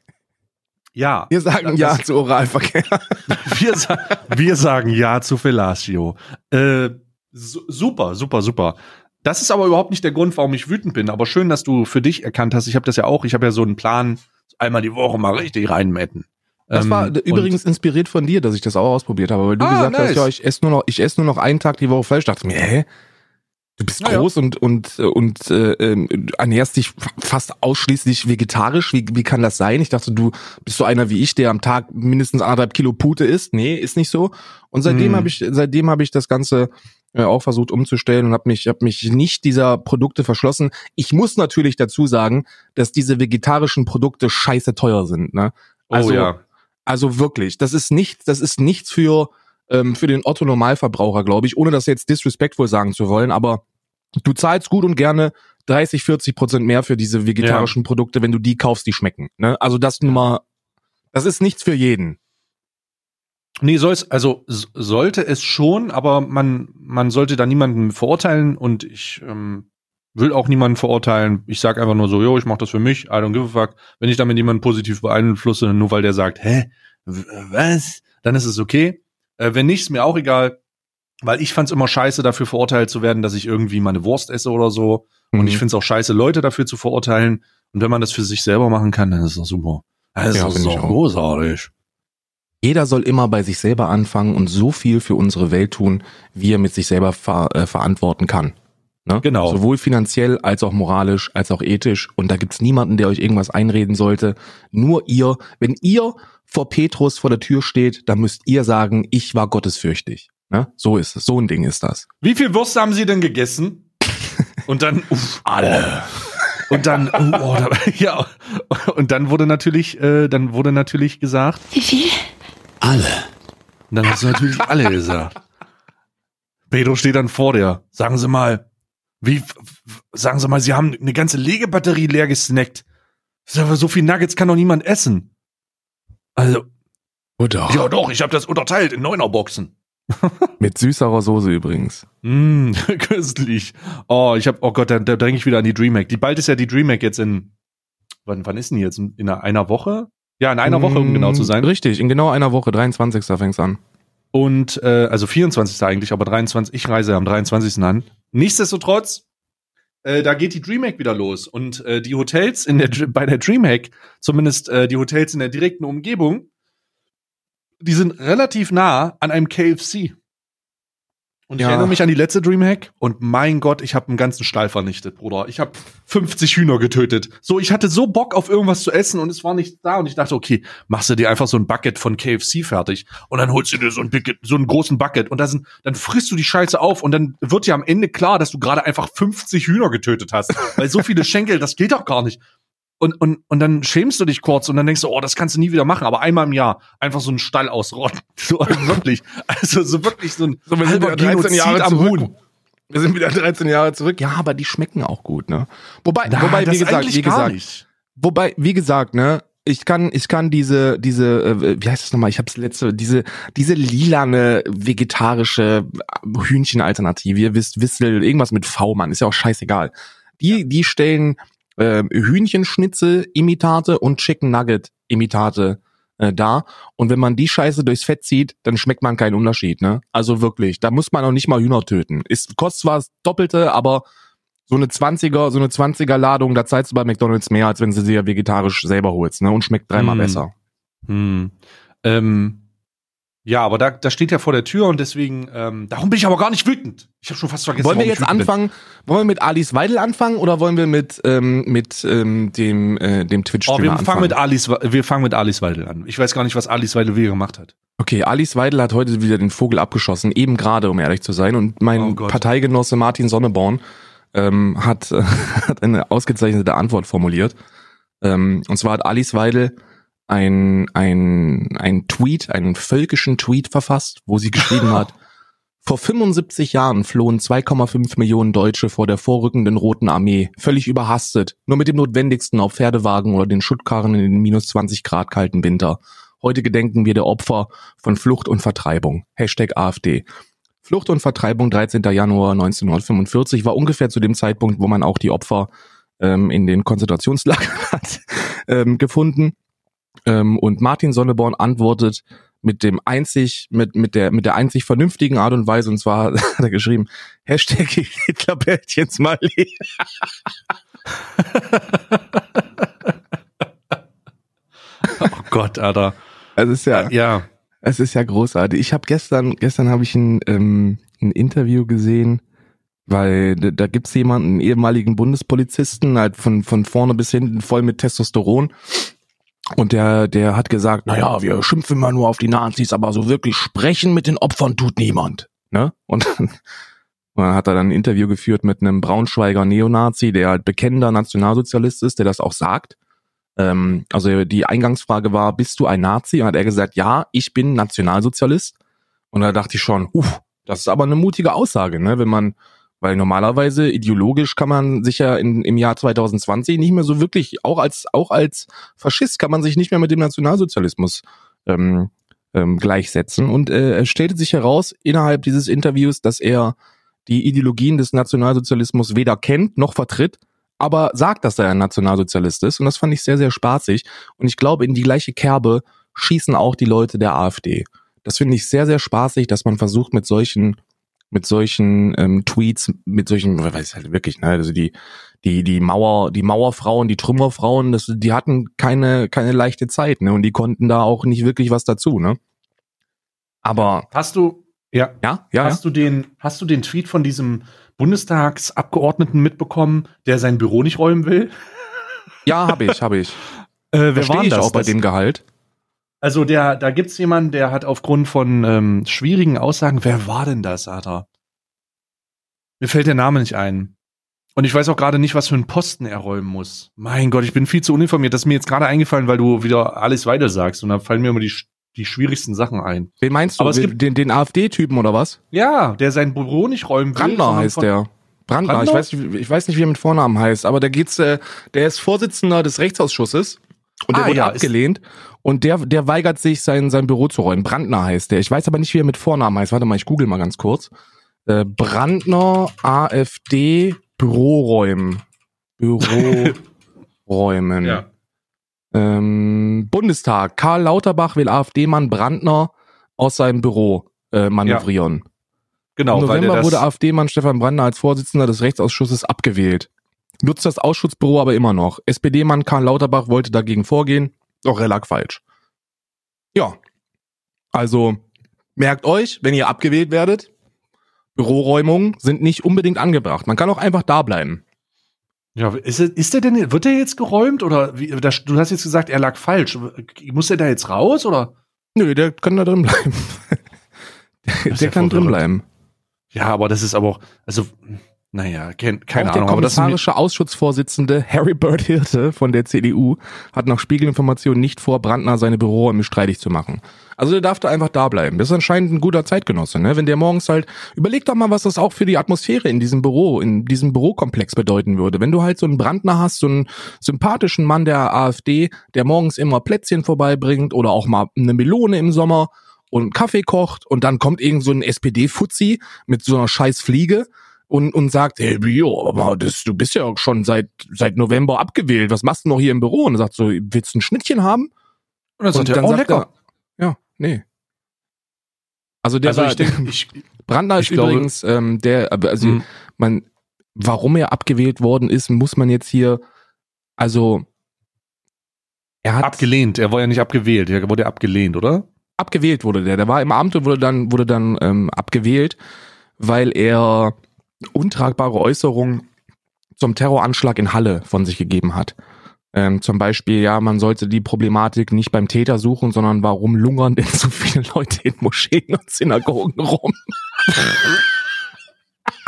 Speaker 2: ja.
Speaker 3: Wir sagen
Speaker 2: das,
Speaker 3: ja zu Oralverkehr.
Speaker 2: Wir, sa- wir sagen ja zu Fellatio. Äh, su- super, super, super. Das ist aber überhaupt nicht der Grund, warum ich wütend bin. Aber schön, dass du für dich erkannt hast. Ich habe das ja auch. Ich habe ja so einen Plan, einmal die Woche mal richtig reinmetten.
Speaker 3: Das
Speaker 2: ähm,
Speaker 3: war übrigens inspiriert von dir, dass ich das auch ausprobiert habe, weil du
Speaker 2: ah,
Speaker 3: gesagt
Speaker 2: nice.
Speaker 3: hast, ja, ich esse nur noch, ich esse nur noch einen Tag die Woche Fleisch. Ich dachte mir, hä? Du bist
Speaker 2: ja,
Speaker 3: groß
Speaker 2: ja.
Speaker 3: und und und äh, äh, ernährst dich fast ausschließlich vegetarisch. Wie wie kann das sein? Ich dachte, du bist so einer wie ich, der am Tag mindestens anderthalb Kilo Pute isst. Nee, ist nicht so. Und seitdem
Speaker 2: hm.
Speaker 3: habe ich seitdem habe ich das Ganze äh, auch versucht umzustellen und habe mich habe mich nicht dieser Produkte verschlossen. Ich muss natürlich dazu sagen, dass diese vegetarischen Produkte scheiße teuer sind. Ne? Also
Speaker 2: oh ja.
Speaker 3: also wirklich, das ist nichts, das ist nichts für ähm, für den Otto Normalverbraucher, glaube ich, ohne das jetzt disrespectful sagen zu wollen, aber du zahlst gut und gerne dreißig, vierzig Prozent mehr für diese vegetarischen ja. Produkte, wenn du die kaufst, die schmecken. Ne? Also das nun mal, das ist nichts für jeden.
Speaker 2: Nee, soll es, also s- sollte es schon, aber man, man sollte da niemanden verurteilen und ich ähm, will auch niemanden verurteilen. Ich sag einfach nur so, jo, ich mach das für mich, I don't give a fuck. Wenn ich damit jemanden positiv beeinflusse, nur weil der sagt, hä, w- was? Dann ist es okay. Äh, wenn nicht, ist mir auch egal. Weil ich fand's immer scheiße, dafür verurteilt zu werden, dass ich irgendwie meine Wurst esse oder so. Mhm. Und ich find's auch scheiße, Leute dafür zu verurteilen. Und wenn man das für sich selber machen kann, dann ist das super. Das ist
Speaker 3: Ja,
Speaker 2: doch so großartig.
Speaker 3: Jeder soll immer bei sich selber anfangen und so viel für unsere Welt tun, wie er mit sich selber ver- äh, verantworten kann. Ne?
Speaker 2: Genau.
Speaker 3: Sowohl finanziell als auch moralisch, als auch ethisch. Und da gibt's niemanden, der euch irgendwas einreden sollte. Nur ihr. Wenn ihr vor Petrus vor der Tür steht, dann müsst ihr sagen, ich war gottesfürchtig. Ne? So ist es. So ein Ding ist das.
Speaker 2: Wie viel Wurst haben Sie denn gegessen? Und dann, uff, alle. Und dann, oh, oh, da, ja, und dann wurde natürlich, äh, dann wurde natürlich gesagt.
Speaker 1: Wie viel?
Speaker 2: Alle. Und dann hast du natürlich alle gesagt. Pedro steht dann vor dir. Sagen Sie mal, wie, sagen Sie mal, Sie haben eine ganze Legebatterie leer gesnackt. So viel Nuggets kann doch niemand essen. Also.
Speaker 3: Oder?
Speaker 2: Ja doch, ich habe das unterteilt in Neunerboxen.
Speaker 3: Mit süßerer Soße übrigens.
Speaker 2: Mm, köstlich. Oh, ich hab, oh Gott, da, da denke ich wieder an die DreamHack. Die bald ist ja die DreamHack jetzt in, wann, wann ist denn die jetzt? In, in einer Woche? Ja, in einer Woche, um genau zu sein.
Speaker 3: Richtig, in genau einer Woche, dreiundzwanzigsten fängt's an.
Speaker 2: Und, äh, also vierundzwanzigsten eigentlich, aber dreiundzwanzig, ich reise am dreiundzwanzigsten an. Nichtsdestotrotz, äh, da geht die DreamHack wieder los. Und äh, die Hotels in der, bei der DreamHack, zumindest äh, die Hotels in der direkten Umgebung, die sind relativ nah an einem K F C. Und ich
Speaker 3: ja.
Speaker 2: erinnere mich an die letzte DreamHack und mein Gott, ich habe einen ganzen Stall vernichtet, Bruder. Ich habe fünfzig Hühner getötet. So, ich hatte so Bock auf irgendwas zu essen und es war nicht da und ich dachte, okay, machst du dir einfach so ein Bucket von K F C fertig und dann holst du dir so ein Bucket, so einen großen Bucket und da sind, dann frisst du die Scheiße auf und dann wird dir am Ende klar, dass du gerade einfach fünfzig Hühner getötet hast, weil so viele Schenkel, das geht doch gar nicht. Und, und, und dann schämst du dich kurz und dann denkst du, oh, das kannst du nie wieder machen, aber einmal im Jahr einfach so einen Stall ausrotten. So, also wirklich. Also so wirklich so ein
Speaker 3: so, wir sind wieder dreizehn Jahre
Speaker 2: am
Speaker 3: zurück.
Speaker 2: Huhn.
Speaker 3: Wir sind wieder dreizehn Jahre zurück. Ja, aber die schmecken auch gut, ne? Wobei,
Speaker 2: Na,
Speaker 3: wobei,
Speaker 2: das
Speaker 3: wie gesagt,
Speaker 2: eigentlich
Speaker 3: wie
Speaker 2: gar
Speaker 3: gesagt,
Speaker 2: nicht.
Speaker 3: wobei, wie gesagt, ne? Ich kann, ich kann diese, diese, äh, wie heißt das nochmal? Ich hab's letzte, diese, diese lilane vegetarische Hühnchenalternative. Ihr wisst, Wissel, irgendwas mit V, Mann, ist ja auch scheißegal. Die, die stellen äh, Hühnchenschnitzel-Imitate und Chicken Nugget-Imitate äh, da. Und wenn man die Scheiße durchs Fett zieht, dann schmeckt man keinen Unterschied, ne? Also wirklich, da muss man auch nicht mal Hühner töten. Ist, kostet zwar das Doppelte, aber so eine zwanziger, so eine zwanziger Ladung, da zahlst du bei McDonald's mehr, als wenn du sie ja vegetarisch selber holst, ne? Und schmeckt dreimal
Speaker 2: Hm.
Speaker 3: besser.
Speaker 2: Hm. Ähm, ja, aber da, da steht ja vor der Tür und deswegen, ähm, darum bin ich aber gar nicht wütend. Ich habe schon fast vergessen,
Speaker 3: Wollen wir
Speaker 2: warum ich
Speaker 3: jetzt
Speaker 2: wütend bin.
Speaker 3: anfangen, wollen wir mit Alice Weidel anfangen oder wollen wir mit, ähm, mit ähm, dem, äh, dem
Speaker 2: Oh,
Speaker 3: Twitch-Streamer
Speaker 2: wir
Speaker 3: anfangen?
Speaker 2: fangen mit Alice, wir fangen mit Alice Weidel an. Ich weiß gar nicht, was Alice Weidel wieder gemacht hat.
Speaker 3: Okay, Alice Weidel hat heute wieder den Vogel abgeschossen, eben gerade, um ehrlich zu sein. Und mein
Speaker 2: Oh Gott.
Speaker 3: Parteigenosse Martin Sonneborn ähm, hat, äh, hat eine ausgezeichnete Antwort formuliert. Ähm, und zwar hat Alice Weidel ein, ein, ein Tweet, einen völkischen Tweet verfasst, wo sie geschrieben hat, Vor fünfundsiebzig Jahren flohen zwei Komma fünf Millionen Deutsche vor der vorrückenden Roten Armee, völlig überhastet, nur mit dem Notwendigsten auf Pferdewagen oder den Schutkarren in den minus zwanzig Grad kalten Winter. Heute gedenken wir der Opfer von Flucht und Vertreibung. Hashtag AfD. Flucht und Vertreibung, dreizehnter Januar neunzehnhundertfünfundvierzig, war ungefähr zu dem Zeitpunkt, wo man auch die Opfer ähm, in den Konzentrationslagern hat ähm, gefunden. Ähm, und Martin Sonneborn antwortet mit dem einzig, mit, mit der, mit der einzig vernünftigen Art und Weise, und zwar hat er geschrieben, Hashtag Hitlerbärtchen Smiley.
Speaker 2: Oh Gott, Alter.
Speaker 3: Es ist ja,
Speaker 2: ja.
Speaker 3: Es ist ja großartig. Ich habe gestern, gestern habe ich ein, ähm, ein Interview gesehen, weil da, da gibt's jemanden, einen ehemaligen Bundespolizisten, halt von, von vorne bis hinten voll mit Testosteron. Und der, der hat gesagt, naja, wir schimpfen immer nur auf die Nazis, aber so wirklich sprechen mit den Opfern tut niemand. Ne? Und dann, und dann hat er dann ein Interview geführt mit einem Braunschweiger Neonazi, der halt bekennender Nationalsozialist ist, der das auch sagt. Ähm, also die Eingangsfrage war, bist du ein Nazi? Und hat er gesagt, ja, ich bin Nationalsozialist. Und da dachte ich schon, uff, das ist aber eine mutige Aussage, ne? Wenn man, weil normalerweise ideologisch kann man sich ja in, im Jahr zwanzig zwanzig nicht mehr so wirklich, auch als auch als Faschist kann man sich nicht mehr mit dem Nationalsozialismus ähm, ähm, gleichsetzen. Und äh, es stellte sich heraus innerhalb dieses Interviews, dass er die Ideologien des Nationalsozialismus weder kennt noch vertritt, aber sagt, dass er ein Nationalsozialist ist. Und das fand ich sehr, sehr spaßig. Und ich glaube, in die gleiche Kerbe schießen auch die Leute der AfD. Das finde ich sehr, sehr spaßig, dass man versucht, mit solchen mit solchen ähm, Tweets, mit solchen, weiß ich halt wirklich, ne, also die die die Mauer, die Mauerfrauen, die Trümmerfrauen, das, die hatten keine keine leichte Zeit, ne, und die konnten da auch nicht wirklich was dazu, ne. Aber
Speaker 2: hast du ja
Speaker 3: ja ja
Speaker 2: hast
Speaker 3: ja?
Speaker 2: du den hast du den Tweet von diesem Bundestagsabgeordneten mitbekommen, der sein Büro nicht räumen will?
Speaker 3: Ja, habe ich, habe ich.
Speaker 2: Äh, wer war
Speaker 3: ich
Speaker 2: das?
Speaker 3: Auch bei
Speaker 2: das,
Speaker 3: dem Gehalt.
Speaker 2: Also der, da gibt's jemanden, der hat aufgrund von ähm, schwierigen Aussagen, wer war denn das, Alter? Mir fällt der Name nicht ein. Und ich weiß auch gerade nicht, was für einen Posten er räumen muss. Mein Gott, ich bin viel zu uninformiert. Das ist mir jetzt gerade eingefallen, weil du wieder alles weiter sagst. Und da fallen mir immer die, die schwierigsten Sachen ein.
Speaker 3: Wen meinst du?
Speaker 2: Aber es gibt,
Speaker 3: den, den AfD-Typen oder was?
Speaker 2: Ja, der sein Büro nicht räumen will.
Speaker 3: Brandner heißt der. Brandner,
Speaker 2: Brandner?
Speaker 3: Ich weiß nicht, ich weiß nicht, wie er mit Vornamen heißt, aber da geht's, äh, der ist Vorsitzender des Rechtsausschusses und der
Speaker 2: Ah,
Speaker 3: wurde
Speaker 2: ja,
Speaker 3: abgelehnt und der, der weigert sich, sein, sein Büro zu räumen. Brandner heißt der. Ich weiß aber nicht, wie er mit Vornamen heißt. Warte mal, ich google mal ganz kurz. Äh, Brandner, AfD, Büroräumen. Büroräumen.
Speaker 2: Ja.
Speaker 3: Ähm, Bundestag. Karl Lauterbach will AfD-Mann Brandner aus seinem Büro äh, manövrieren.
Speaker 2: Ja. Genau,
Speaker 3: Im
Speaker 2: weil der
Speaker 3: November
Speaker 2: das
Speaker 3: wurde AfD-Mann Stefan Brandner als Vorsitzender des Rechtsausschusses abgewählt. Nutzt das Ausschussbüro aber immer noch. S P D-Mann Karl Lauterbach wollte dagegen vorgehen, doch er lag falsch. Ja, also merkt euch, wenn ihr abgewählt werdet, Büroräumungen sind nicht unbedingt angebracht. Man kann auch einfach da bleiben.
Speaker 2: Ja, ist, ist der denn, wird der jetzt geräumt oder wie, das, du hast jetzt gesagt, er lag falsch. Muss der da jetzt raus oder?
Speaker 3: Nö, der kann da drin bleiben. der der
Speaker 2: ja
Speaker 3: kann drin bleiben.
Speaker 2: Ja, aber das ist aber auch, also, naja, keine
Speaker 3: auch
Speaker 2: Ahnung.
Speaker 3: Der
Speaker 2: aber das
Speaker 3: kommissarische Ausschussvorsitzende Harry Bert Hirte von der C D U hat nach Spiegelinformationen nicht vor, Brandner seine Büroräume streitig zu machen. Also der darf da einfach da bleiben. Das ist anscheinend ein guter Zeitgenosse, ne? Wenn der morgens halt, überleg doch mal, was das auch für die Atmosphäre in diesem Büro, in diesem Bürokomplex bedeuten würde. Wenn du halt so einen Brandner hast, so einen sympathischen Mann der AfD, der morgens immer Plätzchen vorbeibringt oder auch mal eine Melone im Sommer und einen Kaffee kocht und dann kommt irgend so ein S P D-Fuzzi mit so einer scheiß Fliege und und sagt, hey, jo, aber das, du bist ja schon seit seit November abgewählt, was machst du noch hier im Büro? Und er sagt so, willst du ein Schnittchen haben?
Speaker 2: Und dann sagt er, oh, lecker.
Speaker 3: Er, ja, nee. Also der
Speaker 2: Also
Speaker 3: war,
Speaker 2: ich denke, ich,
Speaker 3: Brandner ist
Speaker 2: ich glaube,
Speaker 3: übrigens ähm, der, also
Speaker 2: Mhm.
Speaker 3: man, warum er abgewählt worden ist, muss man jetzt hier, also er hat
Speaker 2: abgelehnt. Er war ja nicht abgewählt. Er wurde abgelehnt, oder?
Speaker 3: abgewählt wurde der. Der war im Amt und wurde dann wurde dann ähm, abgewählt, weil er untragbare Äußerungen zum Terroranschlag in Halle von sich gegeben hat. Ähm, zum Beispiel, ja, man sollte die Problematik nicht beim Täter suchen, sondern warum lungern denn so viele Leute in Moscheen und Synagogen rum?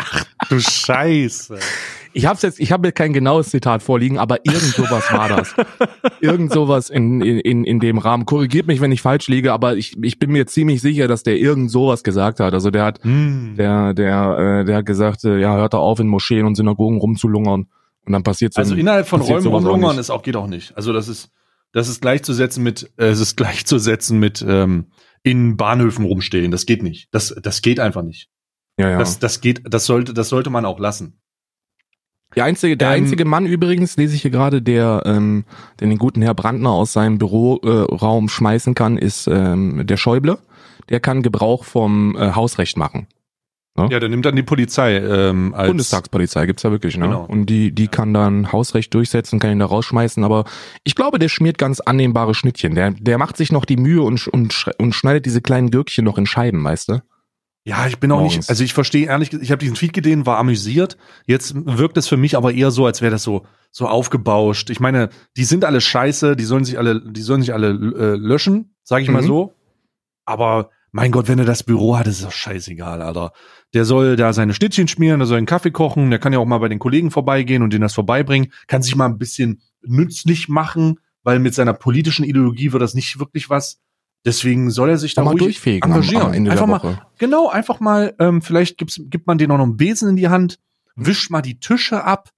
Speaker 2: du Scheiße.
Speaker 3: Ich hab's jetzt, ich habe kein genaues Zitat vorliegen, aber irgend sowas war das. Irgend sowas in, in, in dem Rahmen. Korrigiert mich, wenn ich falsch liege, aber ich, ich bin mir ziemlich sicher, dass der irgend sowas gesagt hat. Also der hat, mm. der, der, äh, der hat gesagt, äh, ja, hört da auf, in Moscheen und Synagogen rumzulungern. Und dann passiert so.
Speaker 2: Also
Speaker 3: ein,
Speaker 2: innerhalb von Räumen rumlungern ist auch, geht auch nicht. Also das ist, das ist gleichzusetzen mit, äh, es ist gleichzusetzen mit, ähm, in Bahnhöfen rumstehen. Das geht nicht. Das, das geht einfach nicht.
Speaker 3: Ja, ja.
Speaker 2: Das, das geht, das sollte, das sollte man auch lassen.
Speaker 3: Der einzige, der ähm, einzige Mann übrigens, lese ich hier gerade, der, ähm, den den guten Herr Brandner aus seinem Büroraum äh, schmeißen kann, ist ähm, der Schäuble. Der kann Gebrauch vom äh, Hausrecht machen.
Speaker 2: Ja? ja, der nimmt dann die Polizei. Ähm, als
Speaker 3: Bundestagspolizei gibt's ja wirklich, ne?
Speaker 2: Genau.
Speaker 3: Und die, die kann dann Hausrecht durchsetzen, kann ihn da rausschmeißen. Aber ich glaube, der schmiert ganz annehmbare Schnittchen. Der, der macht sich noch die Mühe und, und, und schneidet diese kleinen Gürkchen noch in Scheiben, weißt du?
Speaker 2: Ja, ich bin auch Morgens. nicht, also ich verstehe ehrlich, ich habe diesen Tweet gesehen, war amüsiert. Jetzt wirkt es für mich aber eher so, als wäre das so so aufgebauscht. Ich meine, die sind alle scheiße, die sollen sich alle, die sollen sich alle äh, löschen, sage ich mhm. mal so. Aber mein Gott, wenn er das Büro hat, ist das scheißegal, Alter. Der soll da seine Schnittchen schmieren, der soll einen Kaffee kochen, der kann ja auch mal bei den Kollegen vorbeigehen und denen das vorbeibringen, kann sich mal ein bisschen nützlich machen, weil mit seiner politischen Ideologie wird das nicht wirklich was. Deswegen soll er sich da
Speaker 3: mal
Speaker 2: ruhig
Speaker 3: durchfegen
Speaker 2: engagieren.
Speaker 3: Am, am Ende
Speaker 2: einfach
Speaker 3: der
Speaker 2: mal,
Speaker 3: Woche.
Speaker 2: genau, einfach mal, ähm, vielleicht gibt's, gibt man denen auch noch einen Besen in die Hand, wischt mal die Tische ab,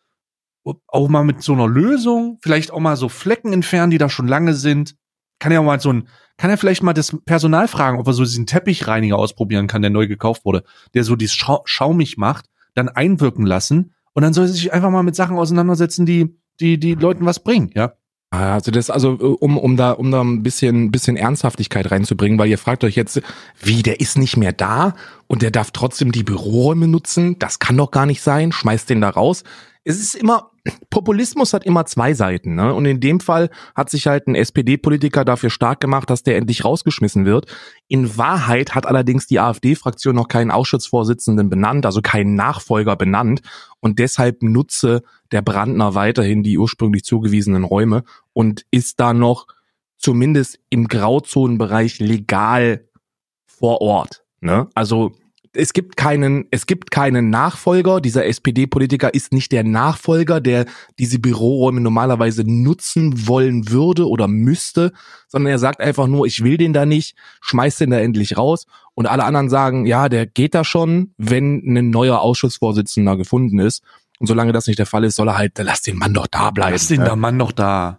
Speaker 2: auch mal mit so einer Lösung, vielleicht auch mal so Flecken entfernen, die da schon lange sind. Kann ja auch mal so ein, kann er vielleicht mal das Personal fragen, ob er so diesen Teppichreiniger ausprobieren kann, der neu gekauft wurde, der so dieses Schau- schaumig macht, dann einwirken lassen und dann soll er sich einfach mal mit Sachen auseinandersetzen, die, die, die Leuten was bringen, ja.
Speaker 3: Also das, also um um da um da ein bisschen bisschen Ernsthaftigkeit reinzubringen, weil ihr fragt euch jetzt, wie, der ist nicht mehr da und der darf trotzdem die Büroräume nutzen? Das kann doch gar nicht sein. Schmeißt den da raus. Es ist immer, Populismus hat immer zwei Seiten, ne? Und in dem Fall hat sich halt ein S P D-Politiker dafür stark gemacht, dass der endlich rausgeschmissen wird. In Wahrheit hat allerdings die AfD-Fraktion noch keinen Ausschussvorsitzenden benannt, also keinen Nachfolger benannt. Und deshalb nutze der Brandner weiterhin die ursprünglich zugewiesenen Räume und ist da noch zumindest im Grauzonenbereich legal vor Ort, ne? Also es gibt keinen, es gibt keinen Nachfolger. Dieser S P D-Politiker ist nicht der Nachfolger, der diese Büroräume normalerweise nutzen wollen würde oder müsste, sondern er sagt einfach nur, ich will den da nicht, schmeiß den da endlich raus. Und alle anderen sagen, ja, der geht da schon, wenn ein neuer Ausschussvorsitzender gefunden ist. Und solange das nicht der Fall ist, soll er halt, lass den Mann doch da bleiben.
Speaker 2: Lass den
Speaker 3: ne?
Speaker 2: der Mann doch da.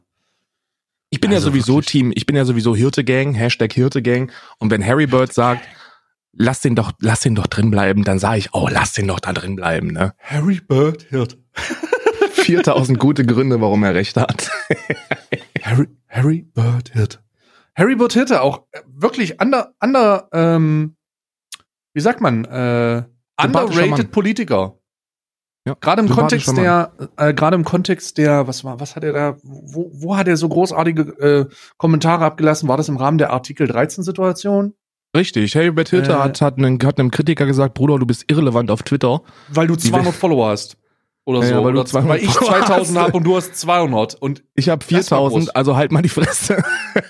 Speaker 3: Ich bin also ja sowieso wirklich. Team, ich bin ja sowieso Hirte-Gang, Hashtag Hirte-Gang. Und wenn Harry Bird sagt, lass den doch, lass den doch drin bleiben, dann sage ich, oh, lass den doch da drin bleiben, ne?
Speaker 2: Harry Bird Hirte.
Speaker 3: viertausend gute Gründe, warum er recht hat.
Speaker 2: Harry, Harry Bird Hirte. Harry Bird Hirte auch wirklich under, under, ähm, wie sagt man, äh, underrated Politiker.
Speaker 3: Ja,
Speaker 2: gerade im Kontext der, äh, gerade im Kontext der, was war, was hat er da, wo, wo hat er so großartige äh, Kommentare abgelassen? War das im Rahmen der Artikel dreizehn Situation?
Speaker 3: Richtig, Harry Bird Hirte äh, hat, hat, einen, hat einem Kritiker gesagt, Bruder, du bist irrelevant auf Twitter.
Speaker 2: Weil du zweihundert Follower hast. Oder so.
Speaker 3: Ja, weil,
Speaker 2: oder
Speaker 3: du
Speaker 2: weil ich zweitausend habe und du hast zweihundert. Und
Speaker 3: ich habe viertausend, also halt mal die Fresse.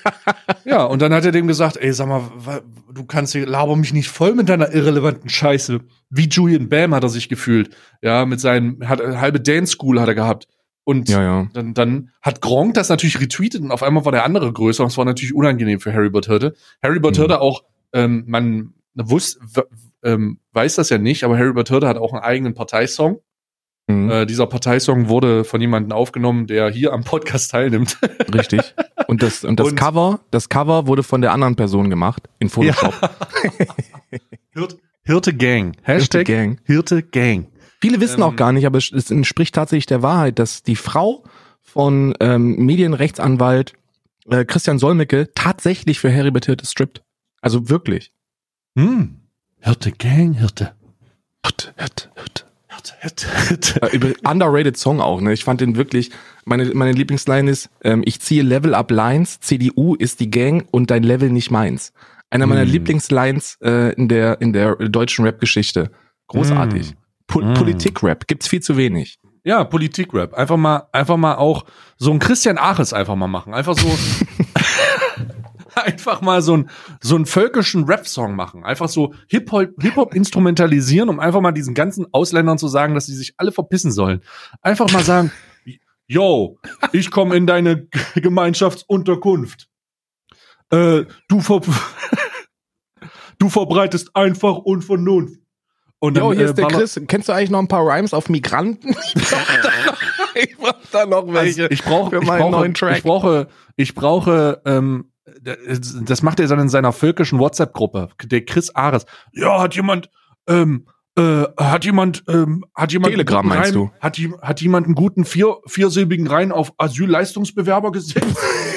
Speaker 2: Ja, und dann hat er dem gesagt, ey, sag mal, du kannst hier, laber mich nicht voll mit deiner irrelevanten Scheiße. Wie Julian Bam hat er sich gefühlt. Ja, mit seinen, hat halbe Dance School hat er gehabt. Und
Speaker 3: ja, ja.
Speaker 2: Dann, dann hat Gronk das natürlich retweetet und auf einmal war der andere größer und es war natürlich unangenehm für Harry Bird Hirte. Harry Bird Hirte mhm. auch, ähm, man wusste, w- ähm, weiß das ja nicht, aber Harry Bird Hirte hat auch einen eigenen Parteisong. Mhm. Äh, dieser Parteisong wurde von jemandem aufgenommen, der hier am Podcast teilnimmt.
Speaker 3: Richtig. Und das, und das und Cover, das Cover wurde von der anderen Person gemacht, in Photoshop.
Speaker 2: Ja. Hirte, Hirte Gang. Hashtag Hirte Gang. Hirte Gang.
Speaker 3: Viele wissen ähm, auch gar nicht, aber es, es entspricht tatsächlich der Wahrheit, dass die Frau von ähm, Medienrechtsanwalt äh, Christian Solmecke tatsächlich für Harry Bird Hirte strippt. Also wirklich.
Speaker 2: Hm. Hirte Gang, Hirte.
Speaker 3: Hirte, Hirte, Hirte. Hirte, Hirte. Äh, über underrated Song auch, ne? Ich fand den wirklich, meine, meine Lieblingsline ist, ähm, ich ziehe Level Up Lines, C D U ist die Gang und dein Level nicht meins. Einer meiner hm. Lieblingslines äh, in der in der deutschen Rap-Geschichte. Großartig. Hm. Po- hm. Politik-Rap gibt's viel zu wenig.
Speaker 2: Ja, Politik-Rap. Einfach mal, einfach mal auch so ein Christian Aches einfach mal machen. Einfach so. einfach mal so einen so einen völkischen Rap-Song machen. Einfach so Hip-Hop Hip-Hop instrumentalisieren, um einfach mal diesen ganzen Ausländern zu sagen, dass sie sich alle verpissen sollen. Einfach mal sagen, yo, ich komme in deine Gemeinschaftsunterkunft. Äh, du, ver du verbreitest einfach Unvernunft. Und dann,
Speaker 3: jo, hier
Speaker 2: äh,
Speaker 3: ist der Chris. Kennst du eigentlich noch ein paar Rhymes auf Migranten? Ich brauche da noch welche.
Speaker 2: Also ich brauche,
Speaker 3: für
Speaker 2: ich
Speaker 3: meinen
Speaker 2: brauche,
Speaker 3: neuen Track.
Speaker 2: ich brauche, ich brauche, ähm, das macht er dann in seiner völkischen WhatsApp-Gruppe. Der Chris Ares. Ja, hat jemand, ähm, äh, hat jemand, ähm, hat jemand
Speaker 3: Telegram
Speaker 2: einen guten
Speaker 3: meinst
Speaker 2: Reim,
Speaker 3: du?
Speaker 2: Hat, hat jemand einen guten vier, viersilbigen Reim auf Asylleistungsbewerber gesetzt?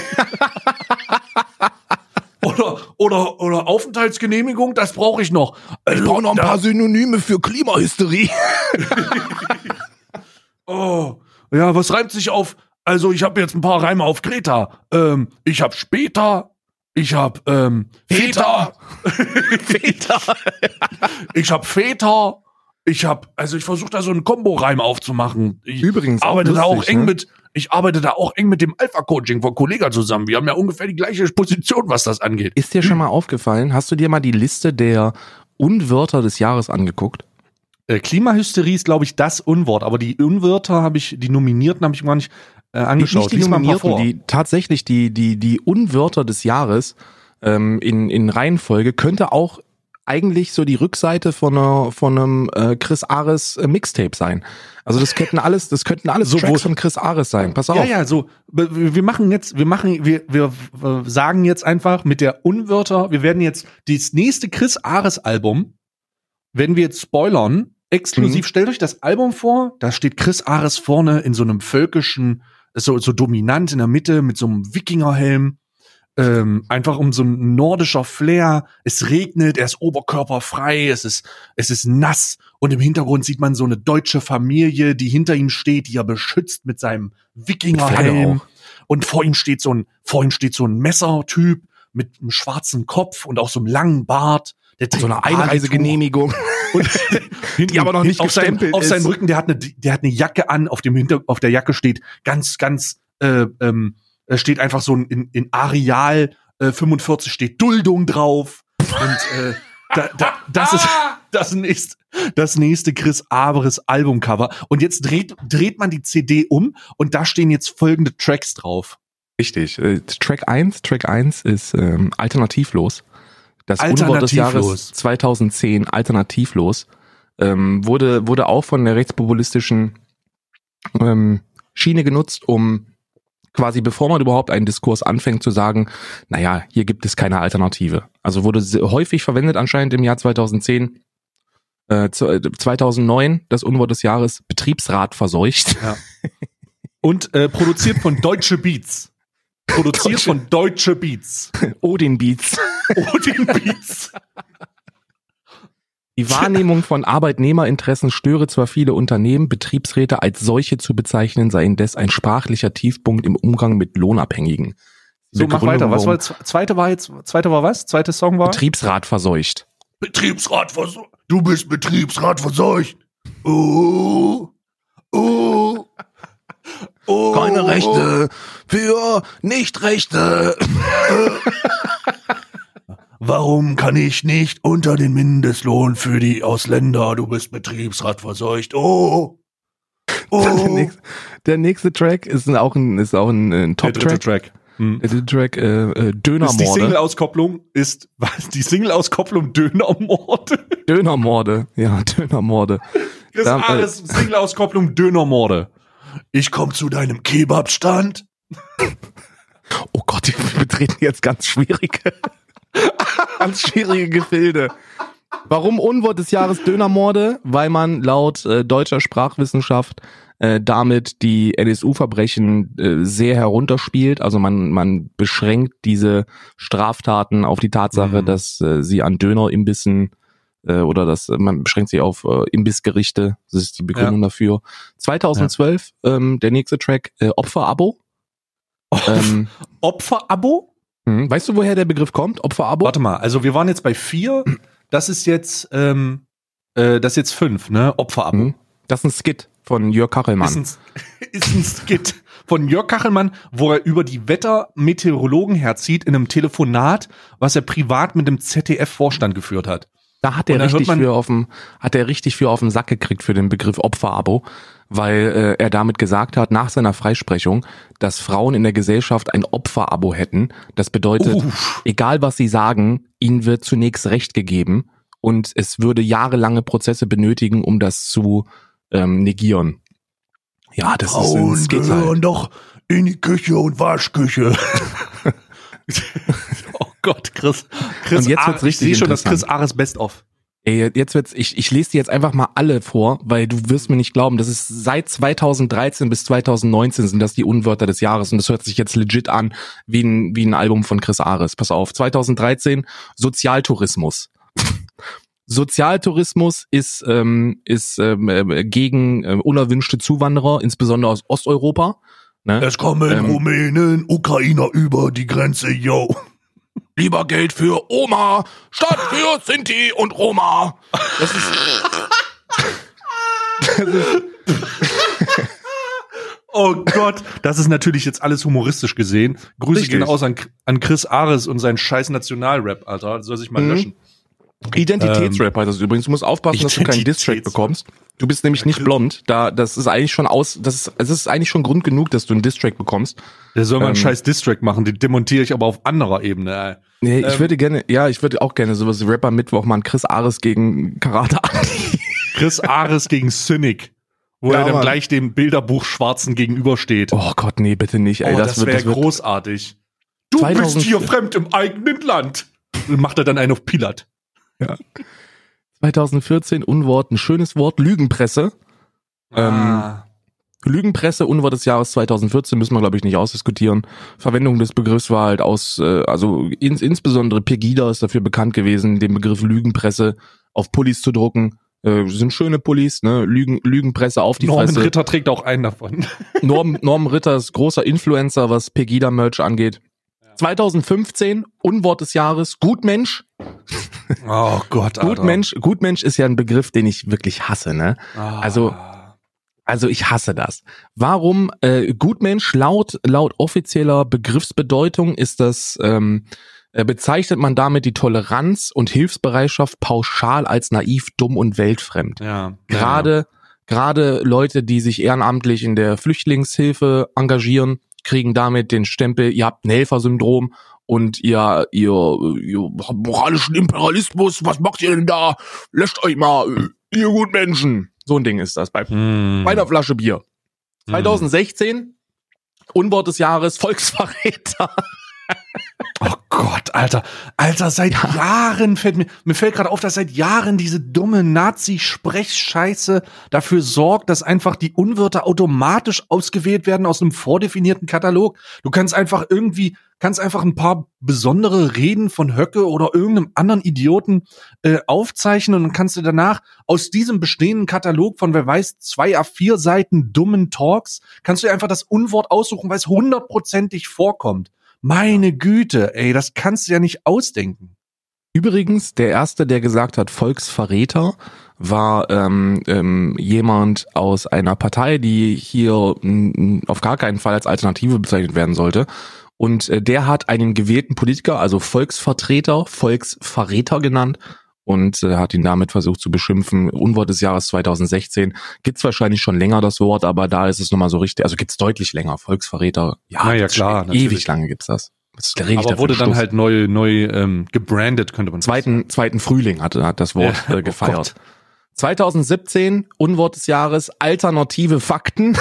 Speaker 2: Oder, oder, oder Aufenthaltsgenehmigung, das brauche ich noch. Also,
Speaker 3: Ich brauche noch ein
Speaker 2: da-
Speaker 3: paar Synonyme für Klimahysterie.
Speaker 2: Oh, ja, was reimt sich auf? Also, ich habe jetzt ein paar Reime auf Greta. Ähm, ich habe später, ich habe ähm, Väter,
Speaker 3: Väter.
Speaker 2: ich habe Väter, ich habe, also ich versuche da so einen Kombo-Reim aufzumachen. Ich
Speaker 3: Übrigens auch
Speaker 2: arbeite da auch
Speaker 3: lustig,
Speaker 2: eng
Speaker 3: ne?
Speaker 2: mit, ich arbeite da auch eng mit dem Alpha-Coaching von Kollega zusammen. Wir haben ja ungefähr die gleiche Position, was das angeht.
Speaker 3: Ist dir schon mal aufgefallen, hast du dir mal die Liste der Unwörter des Jahres angeguckt?
Speaker 2: Äh, Klimahysterie ist, glaube ich, das Unwort, aber die Unwörter habe ich, die Nominierten habe ich gar nicht äh, angeschaut.
Speaker 3: Nicht die
Speaker 2: Lies mal ein paar
Speaker 3: Nominierten,
Speaker 2: vor.
Speaker 3: die tatsächlich die, die, die Unwörter des Jahres ähm, in, in Reihenfolge könnte auch eigentlich so die Rückseite von, einer, von einem äh, Chris Ares äh, Mixtape sein. Also das könnten alles, das könnten alles
Speaker 2: So,
Speaker 3: Tracks
Speaker 2: wo-
Speaker 3: von Chris Ares sein. Pass auf.
Speaker 2: Ja, ja, so, wir wir machen jetzt, wir machen, wir, wir äh, sagen jetzt einfach mit der Unwörter, wir werden jetzt das nächste Chris Ares Album, werden wir jetzt spoilern, exklusiv,
Speaker 3: Mhm.
Speaker 2: stellt euch das Album vor, da steht Chris Ares vorne in so einem völkischen, so, so dominant in der Mitte mit so einem Wikingerhelm, ähm, einfach um so ein nordischer Flair, es regnet, er ist oberkörperfrei, es ist, es ist nass und im Hintergrund sieht man so eine deutsche Familie, die hinter ihm steht, die er beschützt mit seinem Wikingerhelm.
Speaker 3: Flagge
Speaker 2: Und vor ihm steht so ein, vor ihm steht so ein Messertyp mit einem schwarzen Kopf und auch so einem langen Bart. Der trägt
Speaker 3: So eine
Speaker 2: Partytuch.
Speaker 3: Einreisegenehmigung.
Speaker 2: Und
Speaker 3: Die aber noch nicht
Speaker 2: auf seinem,
Speaker 3: gestempelt
Speaker 2: auf seinem
Speaker 3: ist.
Speaker 2: Rücken, der hat eine, der hat eine Jacke an, auf dem Hinter, auf der Jacke steht ganz, ganz, äh, ähm, äh, steht einfach so ein, in, in Areal äh, fünfundvierzig steht Duldung drauf. Und äh, da, da, das ist das nächste, das nächste Chris Ares Albumcover. Und jetzt dreht, dreht man die C D um und da stehen jetzt folgende Tracks drauf.
Speaker 3: Richtig. Äh, Track eins, Track eins ist ähm, alternativlos. Das Unwort des Jahres
Speaker 2: Alternativlos.
Speaker 3: zweitausendzehn, alternativlos, ähm, wurde, wurde auch von der rechtspopulistischen ähm, Schiene genutzt, um quasi, bevor man überhaupt einen Diskurs anfängt, zu sagen, naja, hier gibt es keine Alternative. Also wurde sehr häufig verwendet anscheinend im Jahr zweitausendzehn. Äh, zweitausendneun, das Unwort des Jahres, Betriebsrat verseucht.
Speaker 2: Ja. Und äh, produziert von Deutsche Beats. Produziert
Speaker 3: Deutsche-
Speaker 2: von Deutsche Beats.
Speaker 3: Odin Beats.
Speaker 2: Odin Beats.
Speaker 3: Die Wahrnehmung von Arbeitnehmerinteressen störe zwar viele Unternehmen, Betriebsräte als solche zu bezeichnen, sei indes ein sprachlicher Tiefpunkt im Umgang mit Lohnabhängigen. Die
Speaker 2: So, mach
Speaker 3: Begründung,
Speaker 2: weiter. Was
Speaker 3: warum
Speaker 2: war jetzt, zweite war jetzt, zweite war was? Zweite Song war?
Speaker 3: Betriebsrat verseucht.
Speaker 2: Betriebsrat verseucht. Du bist Betriebsrat verseucht. Oh. Oh. Oh.
Speaker 3: Keine Rechte für Nichtrechte.
Speaker 2: Warum kann ich nicht unter den Mindestlohn für die Ausländer? Du bist Betriebsrat verseucht. Oh.
Speaker 3: Der,
Speaker 2: Oh.
Speaker 3: nächste, der nächste Track ist auch ein, ist auch ein, ein
Speaker 2: Der dritte
Speaker 3: Top-Track.
Speaker 2: Track. Hm.
Speaker 3: Der dritte Track, äh, äh,
Speaker 2: Ist die
Speaker 3: Dönermorde.
Speaker 2: Single-Auskopplung ist, was? Die Single-Auskopplung Dönermorde?
Speaker 3: Dönermorde. Ja, Dönermorde.
Speaker 2: Das
Speaker 3: Da,
Speaker 2: ist
Speaker 3: äh,
Speaker 2: alles Single-Auskopplung Dönermorde. Ich komm zu deinem Kebabstand.
Speaker 3: Oh Gott, wir betreten jetzt ganz schwierige, ganz schwierige Gefilde. Warum Unwort des Jahres Dönermorde? Weil man laut äh, deutscher Sprachwissenschaft äh, damit die N S U-Verbrechen äh, sehr herunterspielt. Also man man beschränkt diese Straftaten auf die Tatsache,
Speaker 2: Mhm.
Speaker 3: dass äh, sie an Dönerimbissen äh, oder dass äh, man beschränkt sie auf äh, Imbissgerichte. Das ist die Begründung dafür. zweitausendzwölf ähm, der nächste Track äh, Opferabo. Ähm,
Speaker 2: Opferabo?
Speaker 3: hm, weißt du, woher der Begriff kommt? Opferabo?
Speaker 2: Warte mal, also wir waren jetzt bei vier. Das ist jetzt, ähm, äh, das ist jetzt fünf, ne? Opferabo.
Speaker 3: Hm, das ist ein Skit von Jörg
Speaker 2: Ist
Speaker 3: Kachelmann.
Speaker 2: ein, ist ein Skit von Jörg Kachelmann, wo er über die Wettermeteorologen herzieht in einem Telefonat, was er privat mit dem Z D F-Vorstand geführt hat.
Speaker 3: Da hat er richtig für auf dem, hat er richtig für auf den Sack gekriegt für den Begriff Opferabo, weil äh, er damit gesagt hat, nach seiner Freisprechung, dass Frauen in der Gesellschaft ein Opferabo hätten. Das bedeutet, Uff. egal was sie sagen, ihnen wird zunächst Recht gegeben und es würde jahrelange Prozesse benötigen, um das zu ähm, negieren. Ja, das
Speaker 2: Frauen
Speaker 3: ist
Speaker 2: ein gehören halt. Doch in die Küche und Waschküche. Oh Gott, Chris. Chris
Speaker 3: und jetzt wird's richtig
Speaker 2: ich sehe schon das Chris Ares Best-of.
Speaker 3: Ey, jetzt wird's, ich, ich lese die jetzt einfach mal alle vor, weil du wirst mir nicht glauben, das ist seit zweitausenddreizehn bis zweitausendneunzehn sind das die Unwörter des Jahres und das hört sich jetzt legit an wie ein, wie ein Album von Chris Ares. Pass auf, zweitausenddreizehn Sozialtourismus. Sozialtourismus ist, ähm, ist ähm, äh, gegen äh, unerwünschte Zuwanderer, insbesondere aus Osteuropa. Ne?
Speaker 2: Es kommen ähm, Rumänen, Ukrainer über die Grenze, yo.
Speaker 3: Lieber Geld für Oma statt für Sinti und Roma. Das ist,
Speaker 2: das ist oh Gott, das ist natürlich jetzt alles humoristisch gesehen. Grüße
Speaker 3: Richtig.
Speaker 2: gehen aus an, an Chris Ares und seinen scheiß Nationalrap, Alter. Das soll sich mal mhm. löschen.
Speaker 3: Identitätsrap heißt das übrigens. Du musst aufpassen, dass du keinen Diss-Track bekommst. Du bist nämlich nicht blond. Da, das ist eigentlich schon aus, das ist, es ist eigentlich schon Grund genug, dass du einen Diss-Track bekommst.
Speaker 2: Der soll mal einen ähm, scheiß Diss-Track machen, den demontiere ich aber auf anderer Ebene, ey.
Speaker 3: Nee, ich ähm, würde gerne, ja, ich würde auch gerne sowas wie Rapper Mittwoch machen. Chris Ares gegen Karate.
Speaker 2: Chris Ares gegen Cynic. Wo ja, er dann Mann. gleich dem Bilderbuch Schwarzen gegenübersteht.
Speaker 3: Oh Gott, nee, bitte nicht, ey.
Speaker 2: Oh,
Speaker 3: das
Speaker 2: das wäre großartig. Du zweitausend bist hier fremd im eigenen Land. Und macht er dann einen auf Pilat.
Speaker 3: Ja. zweitausendvierzehn Unwort, ein schönes Wort, Lügenpresse. Ah. Ähm, Lügenpresse, Unwort des Jahres zweitausendvierzehn, müssen wir, glaube ich, nicht ausdiskutieren. Verwendung des Begriffs war halt aus, äh, also ins, insbesondere Pegida ist dafür bekannt gewesen, den Begriff Lügenpresse auf Pullis zu drucken. Äh, sind schöne Pullis, ne? Lügen, Lügenpresse auf die
Speaker 2: Norman
Speaker 3: Fresse.
Speaker 2: Norman Ritter trägt auch einen davon.
Speaker 3: Norm, Norman Ritter ist großer Influencer, was Pegida-Merch angeht. zweitausendfünfzehn, Unwort des Jahres, Gutmensch.
Speaker 2: Oh Gott, Alter.
Speaker 3: Gutmensch, Gutmensch ist ja ein Begriff, den ich wirklich hasse, ne?
Speaker 2: Ah.
Speaker 3: Also, also ich hasse das. Warum äh, Gutmensch laut laut offizieller Begriffsbedeutung ist das ähm, äh, bezeichnet man damit die Toleranz und Hilfsbereitschaft pauschal als naiv, dumm und weltfremd.
Speaker 2: Ja.
Speaker 3: Gerade
Speaker 2: ja.
Speaker 3: gerade Leute, die sich ehrenamtlich in der Flüchtlingshilfe engagieren, kriegen damit den Stempel, ihr habt ein Helfersyndrom und ihr, ihr, ihr moralischen Imperialismus, was macht ihr denn da? Löscht euch mal, ihr Gutmenschen. So ein Ding ist das bei,
Speaker 2: mm.
Speaker 3: bei einer Flasche Bier. zweitausendsechzehn, Unwort des Jahres, Volksverräter.
Speaker 2: Oh Gott, Alter. Alter, seit ja. Jahren fällt mir, mir fällt gerade auf, dass seit Jahren diese dumme Nazi-Sprechscheiße dafür sorgt, dass einfach die Unwörter automatisch ausgewählt werden aus einem vordefinierten Katalog. Du kannst einfach irgendwie, kannst einfach ein paar besondere Reden von Höcke oder irgendeinem anderen Idioten äh, aufzeichnen und dann kannst du danach aus diesem bestehenden Katalog von, wer weiß, zwei A vier Seiten dummen Talks, kannst du dir einfach das Unwort aussuchen, weil es hundertprozentig vorkommt. Meine Güte, ey, das kannst du ja nicht ausdenken.
Speaker 3: Übrigens, der Erste, der gesagt hat, Volksverräter, war ähm, ähm, jemand aus einer Partei, die hier m, auf gar keinen Fall als Alternative bezeichnet werden sollte. Und äh, der hat einen gewählten Politiker, also Volksvertreter, Volksverräter genannt und äh, hat ihn damit versucht zu beschimpfen. Unwort des Jahres zweitausendsechzehn. Gibt's wahrscheinlich schon länger das Wort, aber da ist es nochmal so richtig, also gibt's deutlich länger. Volksverräter, ja,
Speaker 2: Na ja klar,
Speaker 3: ewig lange gibt's das. das
Speaker 2: aber wurde dann halt neu neu ähm, gebrandet, könnte man sagen.
Speaker 3: Zweiten, zweiten Frühling hat, hat das Wort ja, äh, gefeiert. Oh zweitausendsiebzehn, Unwort des Jahres, alternative Fakten.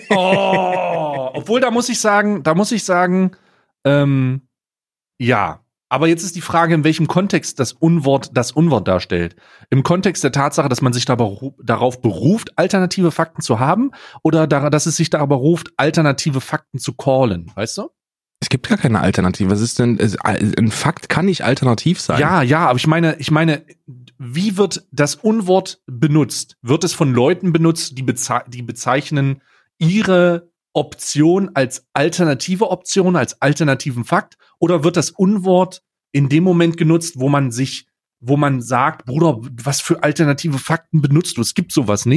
Speaker 2: Oh, obwohl, da muss ich sagen, da muss ich sagen, ähm, ja. Aber jetzt ist die Frage, in welchem Kontext das Unwort das Unwort darstellt. Im Kontext der Tatsache, dass man sich darauf beruft, alternative Fakten zu haben, oder daran, dass es sich darauf beruft, alternative Fakten zu callen, weißt du?
Speaker 3: Es gibt gar keine Alternative. Was ist denn, ein Fakt kann nicht alternativ sein.
Speaker 2: Ja, ja, aber ich meine, ich meine, wie wird das Unwort benutzt? Wird es von Leuten benutzt, die, beze- die bezeichnen ihre Option als alternative Option, als alternativen Fakt? Oder wird das Unwort in dem Moment genutzt, wo man sich, wo man sagt, Bruder, was für alternative Fakten benutzt du? Es gibt sowas nicht.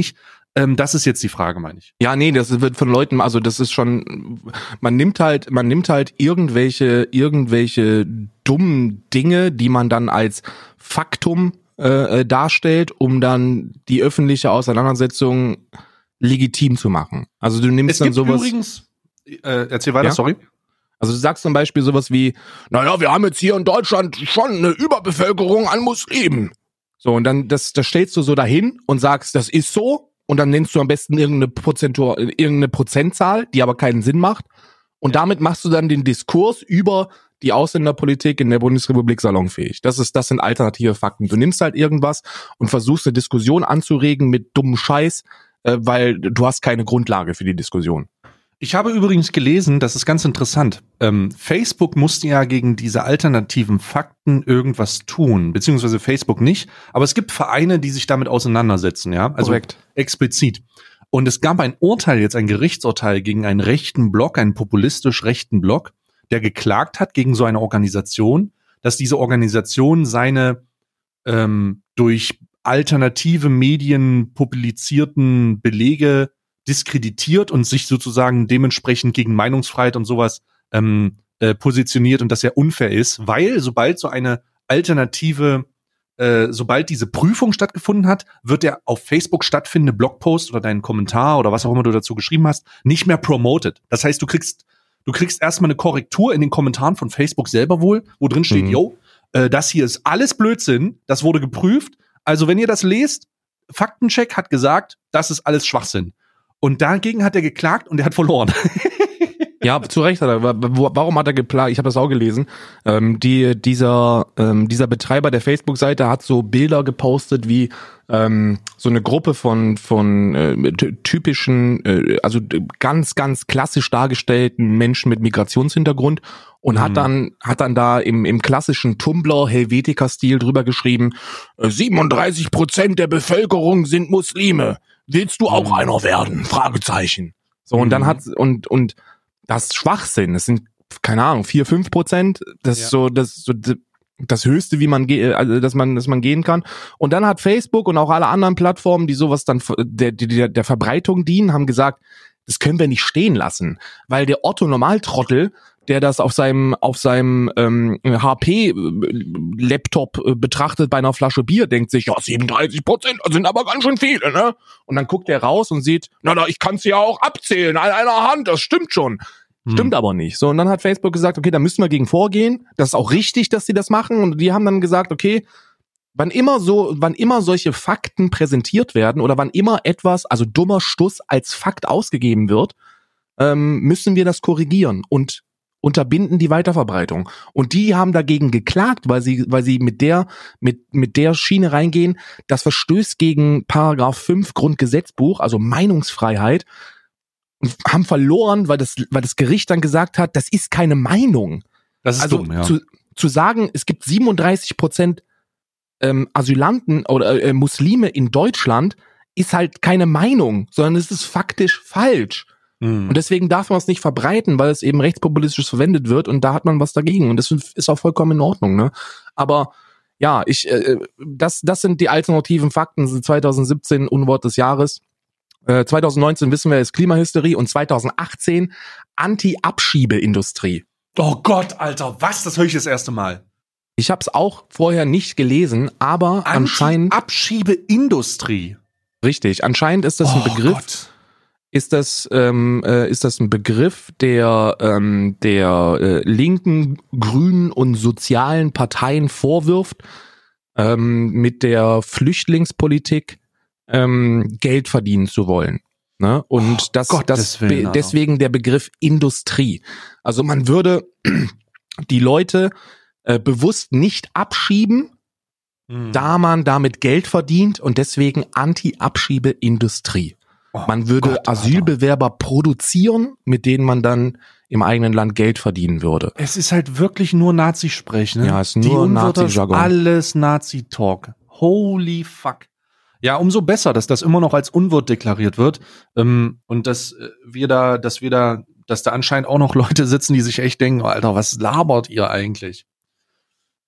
Speaker 2: Ähm, das ist jetzt die Frage, meine ich.
Speaker 3: Ja, nee, das wird von Leuten, also das ist schon, man nimmt halt, man nimmt halt irgendwelche, irgendwelche dummen Dinge, die man dann als Faktum äh, darstellt, um dann die öffentliche Auseinandersetzung legitim zu machen. Also du nimmst
Speaker 2: Es
Speaker 3: dann
Speaker 2: gibt
Speaker 3: sowas.
Speaker 2: übrigens, äh, erzähl weiter,
Speaker 3: Ja?
Speaker 2: sorry.
Speaker 3: Also du sagst zum Beispiel sowas wie, naja, wir haben jetzt hier in Deutschland schon eine Überbevölkerung an Muslimen. So, und dann, das, das stellst du so dahin und sagst, das ist so, und dann nennst du am besten irgendeine Prozentur, irgendeine Prozentzahl, die aber keinen Sinn macht. Und damit machst du dann den Diskurs über die Ausländerpolitik in der Bundesrepublik salonfähig. Das ist, das sind alternative Fakten. Du nimmst halt irgendwas und versuchst eine Diskussion anzuregen mit dummem Scheiß, äh, weil du hast keine Grundlage für die Diskussion.
Speaker 2: Ich habe übrigens gelesen, das ist ganz interessant, ähm, Facebook musste ja gegen diese alternativen Fakten irgendwas tun, beziehungsweise Facebook nicht, aber es gibt Vereine, die sich damit auseinandersetzen, ja, also
Speaker 3: Korrekt.
Speaker 2: explizit. Und es gab ein Urteil, jetzt ein Gerichtsurteil gegen einen rechten Block, einen populistisch rechten Block, der geklagt hat gegen so eine Organisation, dass diese Organisation seine ähm, durch alternative Medien publizierten Belege diskreditiert und sich sozusagen dementsprechend gegen Meinungsfreiheit und sowas ähm, äh, positioniert und das ja unfair ist, weil sobald so eine alternative, äh, sobald diese Prüfung stattgefunden hat, wird der auf Facebook stattfindende Blogpost oder deinen Kommentar oder was auch immer du dazu geschrieben hast, nicht mehr promoted. Das heißt, du kriegst du kriegst erstmal eine Korrektur in den Kommentaren von Facebook selber wohl, wo drin steht,
Speaker 3: Mhm.
Speaker 2: yo, äh, das hier ist alles Blödsinn, das wurde geprüft, also wenn ihr das lest, Faktencheck hat gesagt, das ist alles Schwachsinn. Und dagegen hat er geklagt und er hat verloren.
Speaker 3: Ja, zu Recht hat er. Warum hat er geklagt? Ich habe das auch gelesen. Ähm, die, dieser, ähm, dieser Betreiber der Facebook-Seite hat so Bilder gepostet, wie ähm, so eine Gruppe von von äh, typischen, äh, also ganz, ganz klassisch dargestellten Menschen mit Migrationshintergrund und mhm. hat dann hat dann da im im klassischen Tumblr-Helvetica-Stil drüber geschrieben, äh, siebenunddreißig Prozent der Bevölkerung sind Muslime. Willst du auch mhm. einer werden? Fragezeichen. So, und mhm. dann hat, und, und das ist Schwachsinn. Das sind, keine Ahnung, vier, fünf Prozent. Das ist ja. so, das, so, das Höchste, wie man geht, also, dass man, dass man gehen kann. Und dann hat Facebook und auch alle anderen Plattformen, die sowas dann der, der, der Verbreitung dienen, haben gesagt, das können wir nicht stehen lassen. Weil der Otto Normaltrottel, der das auf seinem auf seinem ähm, H P-Laptop äh, betrachtet bei einer Flasche Bier, denkt sich, ja, siebenunddreißig Prozent sind aber ganz schön viele, ne? Und dann guckt er raus und sieht, na, na, ich kann es ja auch abzählen an einer Hand, das stimmt schon. Hm. Stimmt aber nicht. So, und dann hat Facebook gesagt, okay, da müssen wir gegen vorgehen. Das ist auch richtig, dass sie das machen. Und die haben dann gesagt, okay, wann immer so, wann immer solche Fakten präsentiert werden oder wann immer etwas, also dummer Stuss als Fakt ausgegeben wird, ähm, müssen wir das korrigieren und unterbinden die Weiterverbreitung. Und die haben dagegen geklagt, weil sie, weil sie mit der, mit, mit der Schiene reingehen, das verstößt gegen Paragraph fünf Grundgesetzbuch, also Meinungsfreiheit, und haben verloren, weil das, weil das Gericht dann gesagt hat, das ist keine Meinung.
Speaker 2: Das ist
Speaker 3: also
Speaker 2: dumm, ja.
Speaker 3: zu, zu sagen, es gibt siebenunddreißig Prozent ähm, Asylanten oder äh, Muslime in Deutschland, ist halt keine Meinung, sondern es ist faktisch falsch. Und deswegen darf man es nicht verbreiten, weil es eben rechtspopulistisch verwendet wird und da hat man was dagegen und das ist auch vollkommen in Ordnung, ne? Aber ja, ich äh, das das sind die alternativen Fakten. zwanzig siebzehn Unwort des Jahres. Äh, zwanzig neunzehn wissen wir, ist Klimahysterie und zwanzig achtzehn Anti-Abschiebeindustrie.
Speaker 2: Oh Gott, Alter, was? Das höre ich das erste Mal.
Speaker 3: Ich habe es auch vorher nicht gelesen, aber anscheinend
Speaker 2: Anti-Abschiebeindustrie.
Speaker 3: Richtig, anscheinend ist das
Speaker 2: oh
Speaker 3: ein Begriff.
Speaker 2: Gott.
Speaker 3: Ist das ähm, äh, ist das ein Begriff, der ähm, der äh, linken, grünen und sozialen Parteien vorwirft, ähm, mit der Flüchtlingspolitik ähm, Geld verdienen zu wollen, ne? Und
Speaker 2: oh,
Speaker 3: das das
Speaker 2: Willen,
Speaker 3: be- deswegen der Begriff Industrie. Also man würde die Leute äh, bewusst nicht abschieben, hm. da man damit Geld verdient und deswegen Anti-Abschiebeindustrie.
Speaker 2: Oh,
Speaker 3: man würde
Speaker 2: Gott,
Speaker 3: Asylbewerber Alter. produzieren, mit denen man dann im eigenen Land Geld verdienen würde.
Speaker 2: Es ist halt wirklich nur Nazi-Sprech, ne?
Speaker 3: Ja, es ist nur Nazi-Jargon.
Speaker 2: Alles Nazi-Talk. Holy fuck. Ja, umso besser, dass das immer noch als Unwort deklariert wird. Ähm, und dass wir da, dass wir da, dass da anscheinend auch noch Leute sitzen, die sich echt denken, Alter, was labert ihr eigentlich?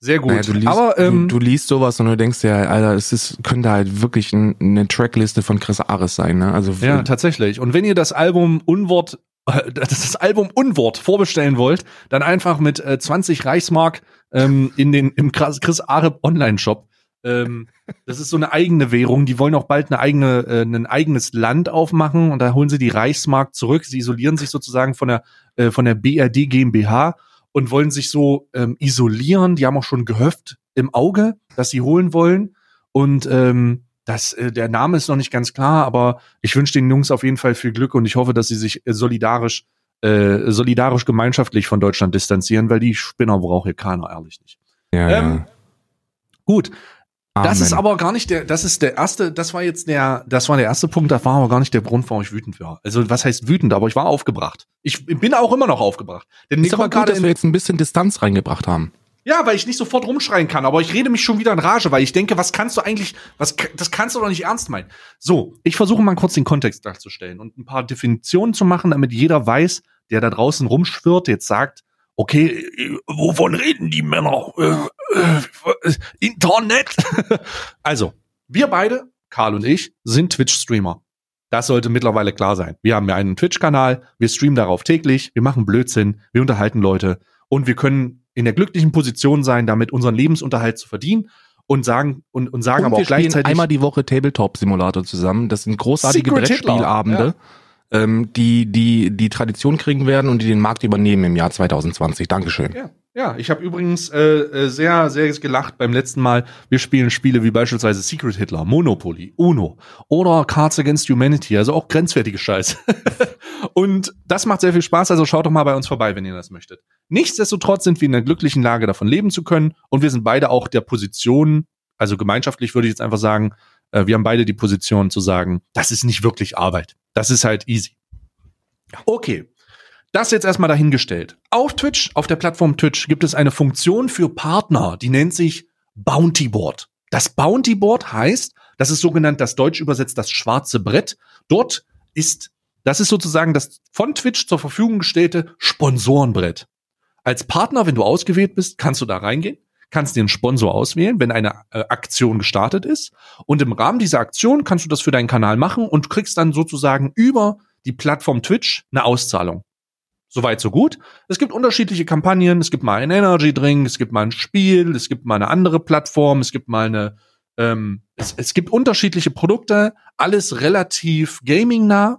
Speaker 2: Sehr gut.
Speaker 3: Naja, du, liest,
Speaker 2: Aber, ähm,
Speaker 3: du, du liest sowas und du denkst ja, Alter, es ist, könnte halt wirklich ein, eine Trackliste von Chris Ares sein, ne? Also
Speaker 2: ja, tatsächlich. Und wenn ihr das Album Unwort, äh, das Album Unwort vorbestellen wollt, dann einfach mit äh, zwanzig Reichsmark ähm, in den im Chris Ares Online-Shop. Ähm, das ist so eine eigene Währung. Die wollen auch bald eine eigene, äh, ein eigenes Land aufmachen und da holen sie die Reichsmark zurück. Sie isolieren sich sozusagen von der äh, von der B R D GmbH und wollen sich so ähm, isolieren. Die haben auch schon Gehöft im Auge, das sie holen wollen. Und ähm, das, äh, der Name ist noch nicht ganz klar, aber ich wünsche den Jungs auf jeden Fall viel Glück und ich hoffe, dass sie sich äh, solidarisch, äh, solidarisch gemeinschaftlich von Deutschland distanzieren, weil die Spinner braucht hier keiner, ehrlich nicht.
Speaker 3: Ja,
Speaker 2: ähm,
Speaker 3: ja.
Speaker 2: Gut.
Speaker 3: Amen.
Speaker 2: Das ist aber gar nicht der, das ist der erste, das war jetzt der, das war der erste Punkt, das war aber gar nicht der Grund, warum ich wütend war. Also, was heißt wütend? Aber ich war aufgebracht. Ich bin auch immer noch aufgebracht. Denn mir
Speaker 3: Ist aber
Speaker 2: kommt
Speaker 3: gut,
Speaker 2: gerade
Speaker 3: dass wir jetzt ein bisschen Distanz reingebracht haben.
Speaker 2: ja, weil ich nicht sofort rumschreien kann, aber ich rede mich schon wieder in Rage, weil ich denke, was kannst du eigentlich, was, das kannst du doch nicht ernst meinen. So, ich versuche mal kurz den Kontext darzustellen und ein paar Definitionen zu machen, damit jeder weiß, der da draußen rumschwirrt, jetzt sagt, okay, wovon reden die Männer? Äh, äh, Internet? Also, wir beide, Karl und ich, sind Twitch-Streamer. Das sollte mittlerweile klar sein. Wir haben ja einen Twitch-Kanal, wir streamen darauf täglich, wir machen Blödsinn, wir unterhalten Leute und wir können in der glücklichen Position sein, damit unseren Lebensunterhalt zu verdienen und sagen und, und sagen
Speaker 3: und
Speaker 2: aber
Speaker 3: wir
Speaker 2: auch gleichzeitig
Speaker 3: spielen einmal die Woche Tabletop-Simulator zusammen. Das sind großartige
Speaker 2: Secret
Speaker 3: Brettspielabende,
Speaker 2: Hitler,
Speaker 3: ähm, die die die Tradition kriegen werden und die den Markt übernehmen im Jahr zwanzig zwanzig. Dankeschön.
Speaker 2: Ja, ja, ich habe übrigens äh, sehr, sehr gelacht beim letzten Mal. Wir spielen Spiele wie beispielsweise Secret Hitler, Monopoly, Uno oder Cards Against Humanity, also auch grenzwertige Scheiße. Und das macht sehr viel Spaß, also schaut doch mal bei uns vorbei, wenn ihr das möchtet. Nichtsdestotrotz sind wir in der glücklichen Lage, davon leben zu können und wir sind beide auch der Position, also gemeinschaftlich würde ich jetzt einfach sagen, äh, wir haben beide die Position zu sagen, das ist nicht wirklich Arbeit. Das ist halt easy. Okay. Das jetzt erstmal dahingestellt. Auf Twitch, auf der Plattform Twitch, gibt es eine Funktion für Partner, die nennt sich Bounty Board. Das Bounty Board heißt, das ist sogenannt, das Deutsch übersetzt, das schwarze Brett. Dort ist, das ist sozusagen das von Twitch zur Verfügung gestellte Sponsorenbrett. Als Partner, wenn du ausgewählt bist, kannst du da reingehen, kannst dir einen Sponsor auswählen, wenn eine äh, Aktion gestartet ist. Und im Rahmen dieser Aktion kannst du das für deinen Kanal machen und kriegst dann sozusagen über die Plattform Twitch eine Auszahlung. Soweit, so gut. Es gibt unterschiedliche Kampagnen. Es gibt mal einen Energy Drink, es gibt mal ein Spiel, es gibt mal eine andere Plattform, es gibt mal eine, ähm, es, es gibt unterschiedliche Produkte, alles relativ gaming-nah.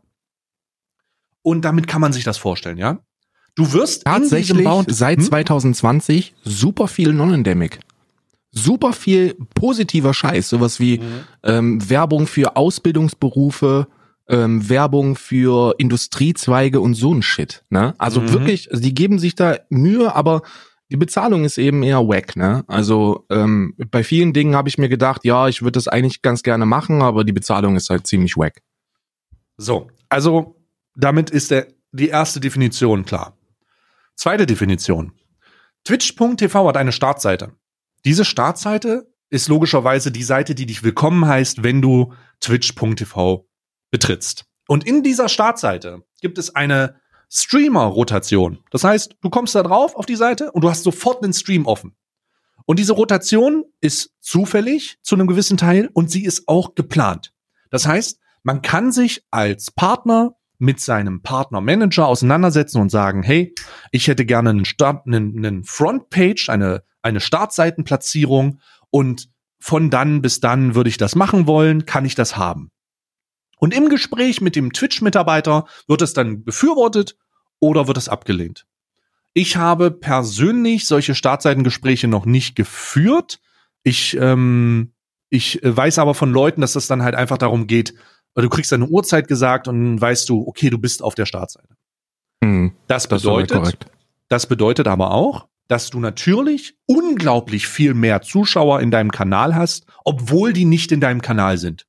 Speaker 2: Und damit kann man sich das vorstellen, ja? Du wirst
Speaker 3: tatsächlich
Speaker 2: in
Speaker 3: seit
Speaker 2: hm?
Speaker 3: zwanzig zwanzig super viel Non-Endemic. Super viel positiver Scheiß. Sowas wie mhm. ähm, Werbung für Ausbildungsberufe, Ähm, Werbung für Industriezweige und so ein Shit, ne? Also mhm. wirklich, also die geben sich da Mühe, aber die Bezahlung ist eben eher wack, ne? Also ähm, bei vielen Dingen habe ich mir gedacht, ja, ich würde das eigentlich ganz gerne machen, aber die Bezahlung ist halt ziemlich wack.
Speaker 2: So, also damit ist der, die erste Definition klar. Zweite Definition. Twitch Punkt T V hat eine Startseite. Diese Startseite ist logischerweise die Seite, die dich willkommen heißt, wenn du Twitch Punkt T V betrittst. Und in dieser Startseite gibt es eine Streamer-Rotation. Das heißt, du kommst da drauf auf die Seite und du hast sofort einen Stream offen. Und diese Rotation ist zufällig zu einem gewissen Teil und sie ist auch geplant. Das heißt, man kann sich als Partner mit seinem Partner-Manager auseinandersetzen und sagen, hey, ich hätte gerne einen, Start, einen, einen Frontpage, eine, eine Startseitenplatzierung und von dann bis dann würde ich das machen wollen, kann ich das haben. Und im Gespräch mit dem Twitch-Mitarbeiter wird es dann befürwortet oder wird es abgelehnt. Ich habe persönlich solche Startseitengespräche noch nicht geführt. Ich, ähm, ich weiß aber von Leuten, dass das dann halt einfach darum geht, du kriegst eine Uhrzeit gesagt und dann weißt du, okay, du bist auf der Startseite.
Speaker 3: Hm,
Speaker 2: das bedeutet, das, das bedeutet aber auch, dass du natürlich unglaublich viel mehr Zuschauer in deinem Kanal hast, obwohl die nicht in deinem Kanal sind.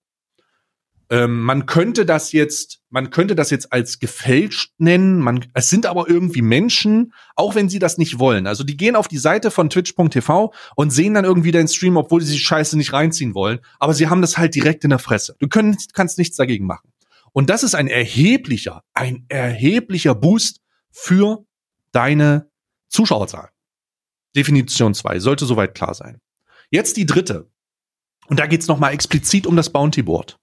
Speaker 2: Ähm, man könnte das jetzt, man könnte das jetzt als gefälscht nennen. Man, es sind aber irgendwie Menschen, auch wenn sie das nicht wollen. Also die gehen auf die Seite von Twitch Punkt T V und sehen dann irgendwie deinen Stream, obwohl sie die Scheiße nicht reinziehen wollen. Aber sie haben das halt direkt in der Fresse. Du können, kannst nichts dagegen machen. Und das ist ein erheblicher, ein erheblicher Boost für deine Zuschauerzahl. Definition zwei, sollte soweit klar sein. Jetzt die dritte. Und da geht's nochmal explizit um das Bounty Board.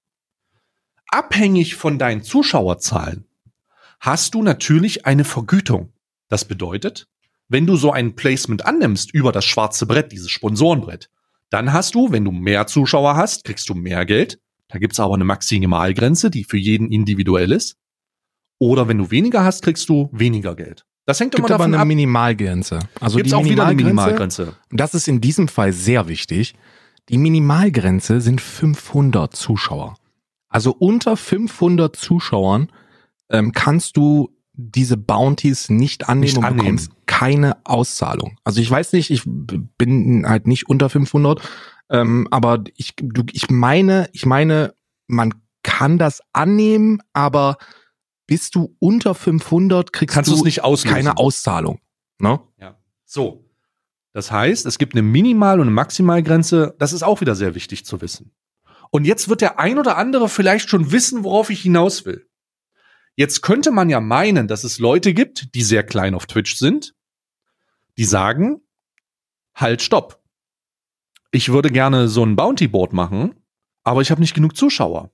Speaker 2: Abhängig von deinen Zuschauerzahlen hast du natürlich eine Vergütung. Das bedeutet, wenn du so ein Placement annimmst über das schwarze Brett, dieses Sponsorenbrett, dann hast du, wenn du mehr Zuschauer hast, kriegst du mehr Geld. Da gibt's aber eine Maximalgrenze, die für jeden individuell ist. Oder wenn du weniger hast, kriegst du weniger Geld. Das hängt immer davon ab.
Speaker 3: Gibt aber eine Minimalgrenze. Also
Speaker 2: Gibt's
Speaker 3: die
Speaker 2: auch wieder eine
Speaker 3: Minimalgrenze,
Speaker 2: Minimalgrenze.
Speaker 3: das ist in diesem Fall sehr wichtig. Die Minimalgrenze sind fünfhundert Zuschauer. Also unter fünfhundert Zuschauern ähm, kannst du diese Bounties nicht annehmen
Speaker 2: Nicht
Speaker 3: und
Speaker 2: annehmen.
Speaker 3: bekommst keine Auszahlung. Also ich weiß nicht, ich bin halt nicht unter fünfhundert, ähm, aber ich, du, ich meine, ich meine, man kann das annehmen, aber bis du unter fünfhundert kriegst
Speaker 2: Kannst
Speaker 3: du
Speaker 2: es nicht auslösen.
Speaker 3: keine Auszahlung. Ne?
Speaker 2: Ja. So. Das heißt, es gibt eine Minimal- und eine Maximalgrenze. Das ist auch wieder sehr wichtig zu wissen. Und jetzt wird der ein oder andere vielleicht schon wissen, worauf ich hinaus will. Jetzt könnte man ja meinen, dass es Leute gibt, die sehr klein auf Twitch sind, die sagen, halt, stopp. Ich würde gerne so ein Bounty Board machen, aber ich habe nicht genug Zuschauer.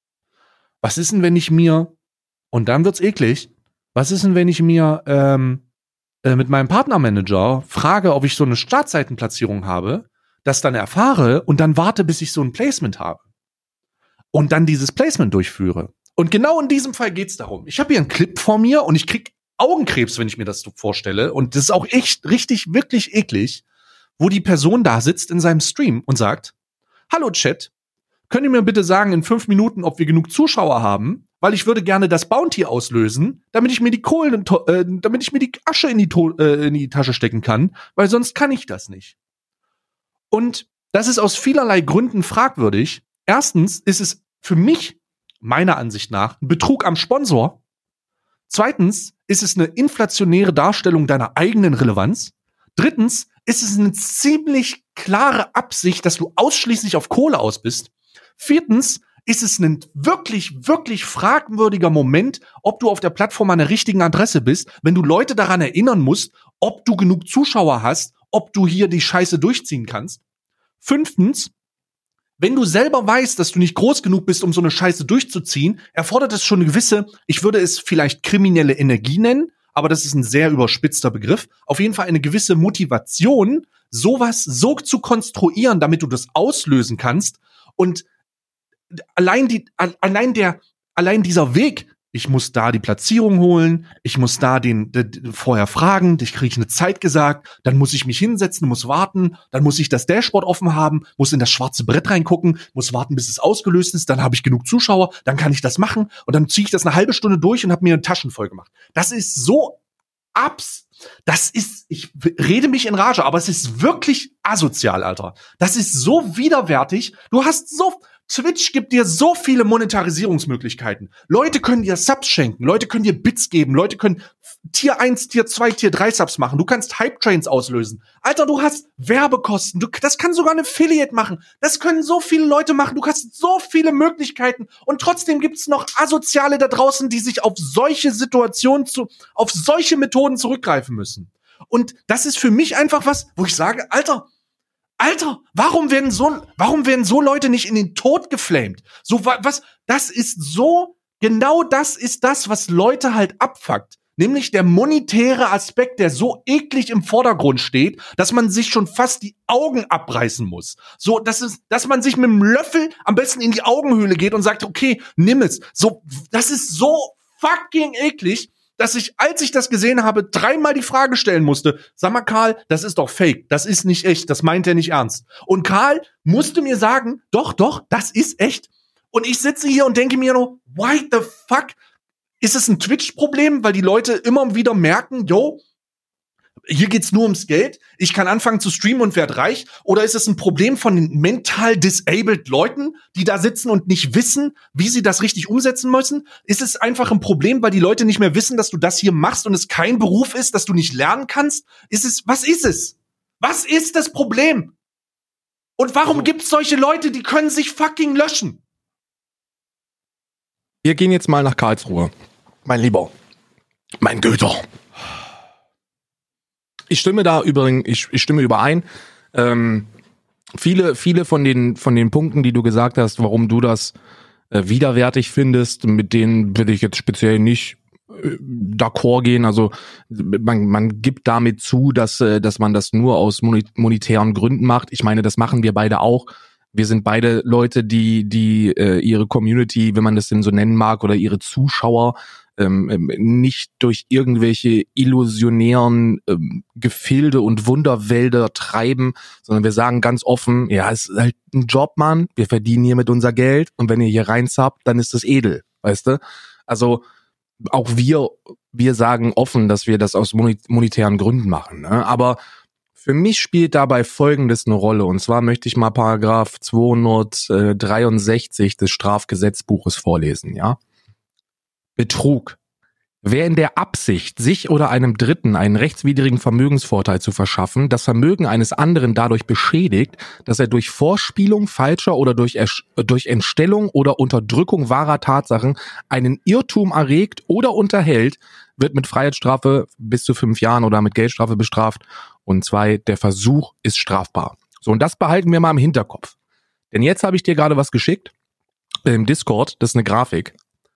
Speaker 2: Was ist denn, wenn ich mir, und dann wird's eklig, was ist denn, wenn ich mir ähm, äh, mit meinem Partnermanager frage, ob ich so eine Startseitenplatzierung habe, das dann erfahre und dann warte, bis ich so ein Placement habe. Und dann dieses Placement durchführe. Und genau in diesem Fall geht's darum. Ich habe hier einen Clip vor mir und ich krieg Augenkrebs, wenn ich mir das so vorstelle. Und das ist auch echt richtig, wirklich eklig, wo die Person da sitzt in seinem Stream und sagt, hallo Chat, könnt ihr mir bitte sagen in fünf Minuten, ob wir genug Zuschauer haben? Weil ich würde gerne das Bounty auslösen, damit ich mir die Kohlen, äh, damit ich mir die Asche in die, to- äh, in die Tasche stecken kann, weil sonst kann ich das nicht. Und das ist aus vielerlei Gründen fragwürdig. Erstens ist es für mich, meiner Ansicht nach, ein Betrug am Sponsor. Zweitens ist es eine inflationäre Darstellung deiner eigenen Relevanz. Drittens ist es eine ziemlich klare Absicht, dass du ausschließlich auf Kohle aus bist. Viertens ist es ein wirklich, wirklich fragwürdiger Moment, ob du auf der Plattform an der richtigen Adresse bist, wenn du Leute daran erinnern musst, ob du genug Zuschauer hast, ob du hier die Scheiße durchziehen kannst. Fünftens, wenn du selber weißt, dass du nicht groß genug bist, um so eine Scheiße durchzuziehen, erfordert es schon eine gewisse, ich würde es vielleicht kriminelle Energie nennen, aber das ist ein sehr überspitzter Begriff, auf jeden Fall eine gewisse Motivation, sowas so zu konstruieren, damit du das auslösen kannst. Und allein die, allein der, allein dieser Weg, ich muss da die Platzierung holen, ich muss da den, den vorher fragen, ich kriege eine Zeit gesagt, dann muss ich mich hinsetzen, muss warten, dann muss ich das Dashboard offen haben, muss in das schwarze Brett reingucken, muss warten, bis es ausgelöst ist, dann habe ich genug Zuschauer, dann kann ich das machen und dann ziehe ich das eine halbe Stunde durch und habe mir Taschen voll gemacht. Das ist so abs, das ist, ich rede mich in Rage, aber es ist wirklich asozial, Alter. Das ist so widerwärtig. Du hast so, Twitch gibt dir so viele Monetarisierungsmöglichkeiten. Leute können dir Subs schenken, Leute können dir Bits geben, Leute können Tier eins, Tier zwei, Tier drei Subs machen. Du kannst Hype-Trains auslösen. Alter, du hast Werbekosten. Du, das kann sogar ein Affiliate machen. Das können so viele Leute machen. Du hast so viele Möglichkeiten. Und trotzdem gibt's noch Asoziale da draußen, die sich auf solche Situationen, zu, auf solche Methoden zurückgreifen müssen. Und das ist für mich einfach was, wo ich sage, Alter, Alter, warum werden so, warum werden so Leute nicht in den Tod geflamed? So, was, das ist so, genau das ist das, was Leute halt abfuckt. Nämlich der monetäre Aspekt, der so eklig im Vordergrund steht, dass man sich schon fast die Augen abreißen muss. So, das ist, dass man sich mit dem Löffel am besten in die Augenhöhle geht und sagt, okay, nimm es. So, das ist so fucking eklig, dass ich, als ich das gesehen habe, dreimal die Frage stellen musste, sag mal, Karl, das ist doch fake, das ist nicht echt, das meint er nicht ernst. Und Karl musste mir sagen, doch, doch, das ist echt. Und ich sitze hier und denke mir nur, why the fuck? Ist es ein Twitch-Problem, weil die Leute immer wieder merken, yo, hier geht's nur ums Geld, ich kann anfangen zu streamen und werd reich? Oder ist es ein Problem von den mental disabled Leuten, die da sitzen und nicht wissen, wie sie das richtig umsetzen müssen? Ist es einfach ein Problem, weil die Leute nicht mehr wissen, dass du das hier machst und es kein Beruf ist, dass du nicht lernen kannst? Ist es, was ist es? Was ist das Problem? Und warum gibt's solche Leute, die können sich fucking löschen?
Speaker 3: Wir gehen jetzt mal nach Karlsruhe. Mein Lieber. Mein Götter. Ich stimme da übrigens, ich, ich stimme überein. Ähm, viele, viele von den, von den Punkten, die du gesagt hast, warum du das äh, widerwärtig findest, mit denen will ich jetzt speziell nicht äh, d'accord gehen. Also man, man gibt damit zu, dass, äh, dass man das nur aus monetären Gründen macht. Ich meine, das machen wir beide auch. Wir sind beide Leute, die, die äh, ihre Community, wenn man das denn so nennen mag, oder ihre Zuschauer ähm, nicht durch irgendwelche illusionären ähm, Gefilde und Wunderwälder treiben, sondern wir sagen ganz offen, ja, es ist halt ein Job, Mann, wir verdienen hier mit unser Geld und wenn ihr hier reinzappt, dann ist das edel, weißt du? Also auch wir, wir sagen offen, dass wir das aus monetären Gründen machen, ne? Aber für mich spielt dabei Folgendes eine Rolle, und zwar möchte ich mal Paragraph zweihundertdreiundsechzig des Strafgesetzbuches vorlesen, ja? Betrug. Wer in der Absicht, sich oder einem Dritten einen rechtswidrigen Vermögensvorteil zu verschaffen, das Vermögen eines anderen dadurch beschädigt, dass er durch Vorspielung falscher oder durch, Ersch- durch Entstellung oder Unterdrückung wahrer Tatsachen einen Irrtum erregt oder unterhält, wird mit Freiheitsstrafe bis zu fünf Jahren oder mit Geldstrafe bestraft. Und zwei, der Versuch ist strafbar. So, und das behalten wir mal im Hinterkopf. Denn jetzt habe ich dir gerade was geschickt im Discord, das ist eine Grafik,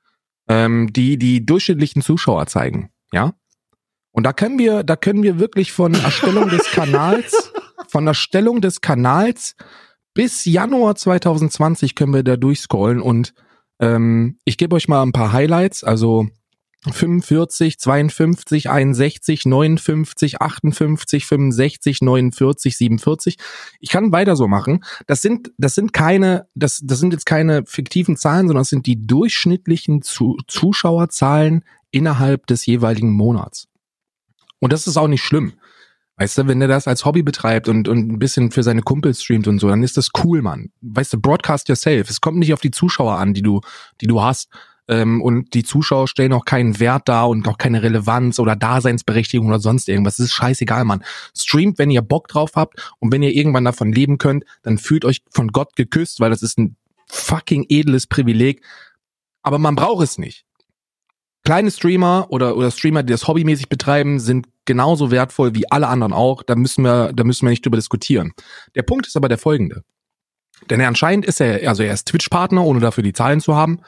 Speaker 3: ähm, die die durchschnittlichen Zuschauer zeigen, ja? Und da können wir, da können wir wirklich von Erstellung des Kanals, von Erstellung des Kanals bis Januar zwanzig zwanzig können wir da durchscrollen und ähm, ich gebe euch mal ein paar Highlights, also fünfundvierzig, zweiundfünfzig, einundsechzig, neunundfünfzig, achtundfünfzig, fünfundsechzig, neunundvierzig, siebenundvierzig. Ich kann weiter so machen. Das sind, das sind keine, das, das sind jetzt keine fiktiven Zahlen, sondern das sind die durchschnittlichen Zu- Zuschauerzahlen innerhalb des jeweiligen Monats. Und das ist auch nicht schlimm. Weißt du, wenn der das als Hobby betreibt und, und ein bisschen für seine Kumpels streamt und so, dann ist das cool, Mann. Weißt du, broadcast yourself. Es kommt nicht auf die Zuschauer an, die du, die du hast. Ähm, und die Zuschauer stellen auch keinen Wert dar und auch keine Relevanz oder Daseinsberechtigung oder sonst irgendwas. Das ist scheißegal, Mann. Streamt, wenn ihr Bock drauf habt und wenn ihr irgendwann davon leben könnt, dann fühlt euch von Gott geküsst, weil das ist ein fucking edles Privileg. Aber man braucht es nicht. Kleine Streamer oder, oder Streamer, die das hobbymäßig betreiben, sind genauso wertvoll wie alle anderen auch. Da müssen wir, da müssen wir nicht drüber diskutieren. Der Punkt ist aber der folgende. Denn er anscheinend ist er, also er ist Twitch-Partner, ohne dafür die Zahlen zu haben.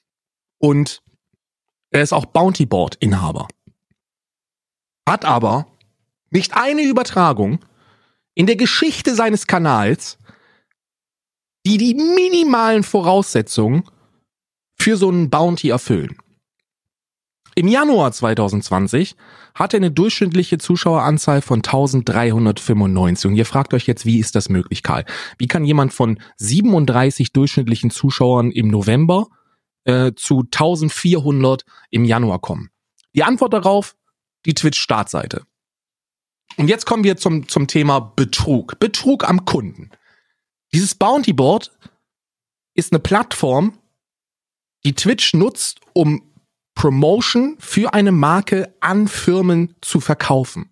Speaker 3: Und er ist auch Bounty Board Inhaber. Hat aber nicht eine Übertragung in der Geschichte seines Kanals, die die minimalen Voraussetzungen für so einen Bounty erfüllen. Im Januar zwanzig zwanzig hat er eine durchschnittliche Zuschaueranzahl von eintausenddreihundertfünfundneunzig. Und ihr fragt euch jetzt, wie ist das möglich, Karl? Wie kann jemand von siebenunddreißig durchschnittlichen Zuschauern im November äh, zu eintausendvierhundert im Januar kommen? Die Antwort darauf, die Twitch-Startseite. Und jetzt kommen wir zum, zum Thema Betrug. Betrug am Kunden. Dieses Bounty Board ist eine Plattform, die Twitch nutzt, um Promotion für eine Marke an Firmen zu verkaufen.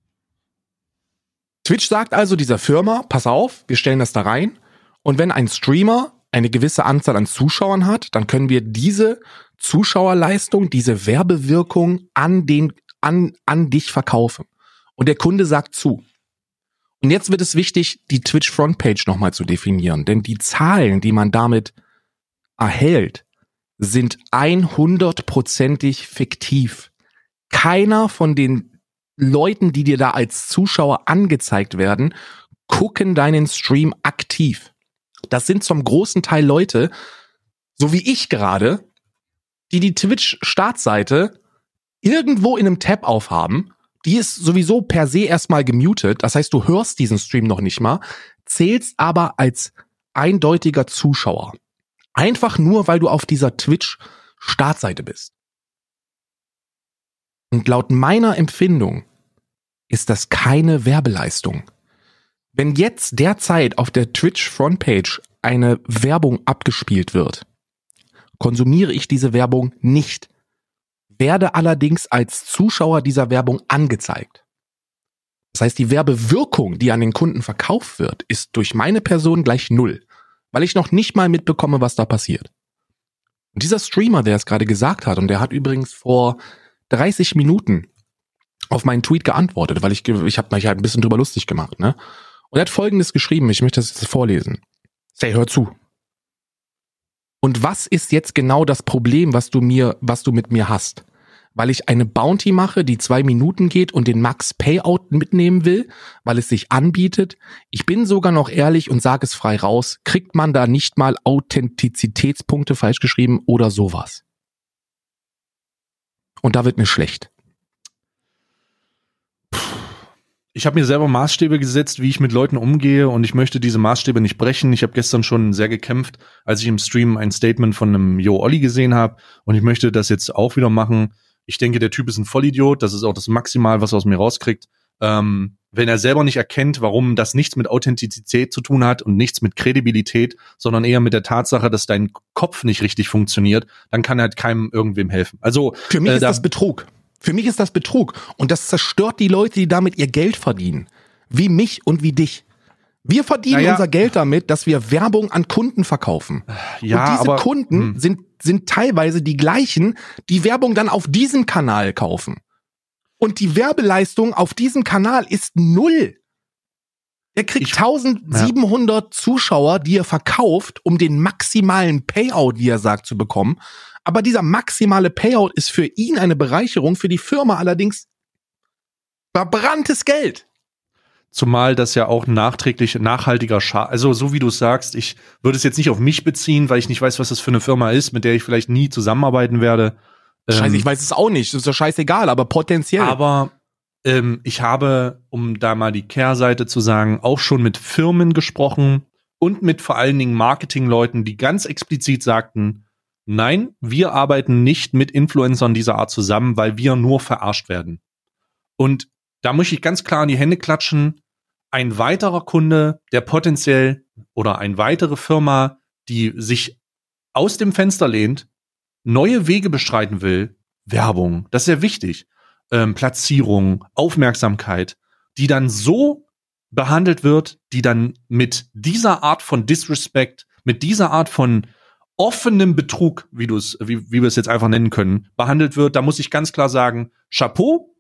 Speaker 3: Twitch sagt also dieser Firma, pass auf, wir stellen das da rein und wenn ein Streamer eine gewisse Anzahl an Zuschauern hat, dann können wir diese Zuschauerleistung, diese Werbewirkung an den, an, an dich verkaufen. Und der Kunde sagt zu. Und jetzt wird es wichtig, die Twitch Frontpage nochmal zu definieren, denn die Zahlen, die man damit erhält, sind hundertprozentig fiktiv. Keiner von den Leuten, die dir da als Zuschauer angezeigt werden, gucken deinen Stream aktiv. Das sind zum großen Teil Leute, so wie ich gerade, die die Twitch-Startseite irgendwo in einem Tab aufhaben. Die ist sowieso per se erstmal gemutet. Das heißt, du hörst diesen Stream noch nicht mal, zählst aber als eindeutiger Zuschauer. Einfach nur, weil du auf dieser Twitch-Startseite bist. Und laut meiner Empfindung ist das keine Werbeleistung. Wenn jetzt derzeit auf der Twitch-Frontpage eine Werbung abgespielt wird, konsumiere ich diese Werbung nicht, werde allerdings als Zuschauer dieser Werbung angezeigt. Das heißt, die Werbewirkung, die an den Kunden verkauft wird, ist durch meine Person gleich null. Weil ich noch nicht mal mitbekomme, was da passiert. Und dieser Streamer, der es gerade gesagt hat, und der hat übrigens vor dreißig Minuten auf meinen Tweet geantwortet, weil ich ich habe mich halt ein bisschen drüber lustig gemacht, ne? Und er hat Folgendes geschrieben, ich möchte das jetzt vorlesen. Say, hör zu. Und was ist jetzt genau das Problem, was du mir, was du mit mir hast? Weil ich eine Bounty mache, die zwei Minuten geht und den Max Payout mitnehmen will, weil es sich anbietet. Ich bin sogar noch ehrlich und sage es frei raus, kriegt man da nicht mal Authentizitätspunkte, falsch geschrieben, oder sowas. Und da wird mir schlecht.
Speaker 2: Ich habe mir selber Maßstäbe gesetzt, wie ich mit Leuten umgehe, und ich möchte diese Maßstäbe nicht brechen. Ich habe gestern schon sehr gekämpft, als ich im Stream ein Statement von einem Yo Olli gesehen habe, und ich möchte das jetzt auch wieder machen. Ich denke, der Typ ist ein Vollidiot, das ist auch das Maximal, was er aus mir rauskriegt. Ähm, wenn er selber nicht erkennt, warum das nichts mit Authentizität zu tun hat und nichts mit Kredibilität, sondern eher mit der Tatsache, dass dein Kopf nicht richtig funktioniert, dann kann er halt keinem irgendwem helfen. Also
Speaker 3: für mich
Speaker 2: äh,
Speaker 3: ist
Speaker 2: da
Speaker 3: das Betrug. Für mich ist das Betrug. Und das zerstört die Leute, die damit ihr Geld verdienen. Wie mich und wie dich. Wir verdienen
Speaker 2: naja.
Speaker 3: unser Geld damit, dass wir Werbung an Kunden verkaufen.
Speaker 2: Ja,
Speaker 3: und diese
Speaker 2: aber,
Speaker 3: Kunden
Speaker 2: hm.
Speaker 3: sind, sind teilweise die gleichen, die Werbung dann auf diesem Kanal kaufen. Und die Werbeleistung auf diesem Kanal ist null. Er kriegt
Speaker 2: Ich,
Speaker 3: eintausendsiebenhundert ja. Zuschauer, die er verkauft, um den maximalen Payout, wie er sagt, zu bekommen. Aber dieser maximale Payout ist für ihn eine Bereicherung, für die Firma allerdings verbranntes Geld.
Speaker 2: Zumal das ja auch nachträglich nachhaltiger Schaden, also so wie du es sagst, ich würde es jetzt nicht auf mich beziehen, weil ich nicht weiß, was das für eine Firma ist, mit der ich vielleicht nie zusammenarbeiten werde.
Speaker 3: Scheiße,
Speaker 2: ähm,
Speaker 3: ich weiß es auch nicht, das ist ja scheißegal, aber potenziell.
Speaker 2: Aber ähm, ich habe, um da mal die Kehrseite zu sagen, auch schon mit Firmen gesprochen und mit vor allen Dingen Marketingleuten, die ganz explizit sagten, nein, wir arbeiten nicht mit Influencern dieser Art zusammen, weil wir nur verarscht werden. Und da muss ich ganz klar in die Hände klatschen. Ein weiterer Kunde, der potenziell oder eine weitere Firma, die sich aus dem Fenster lehnt, neue Wege bestreiten will, Werbung, das ist sehr wichtig, ähm, Platzierung, Aufmerksamkeit, die dann so behandelt wird, die dann mit dieser Art von Disrespect, mit dieser Art von offenem Betrug, wie du es, wie, wie wir es jetzt einfach nennen können, behandelt wird, da muss ich ganz klar sagen, Chapeau.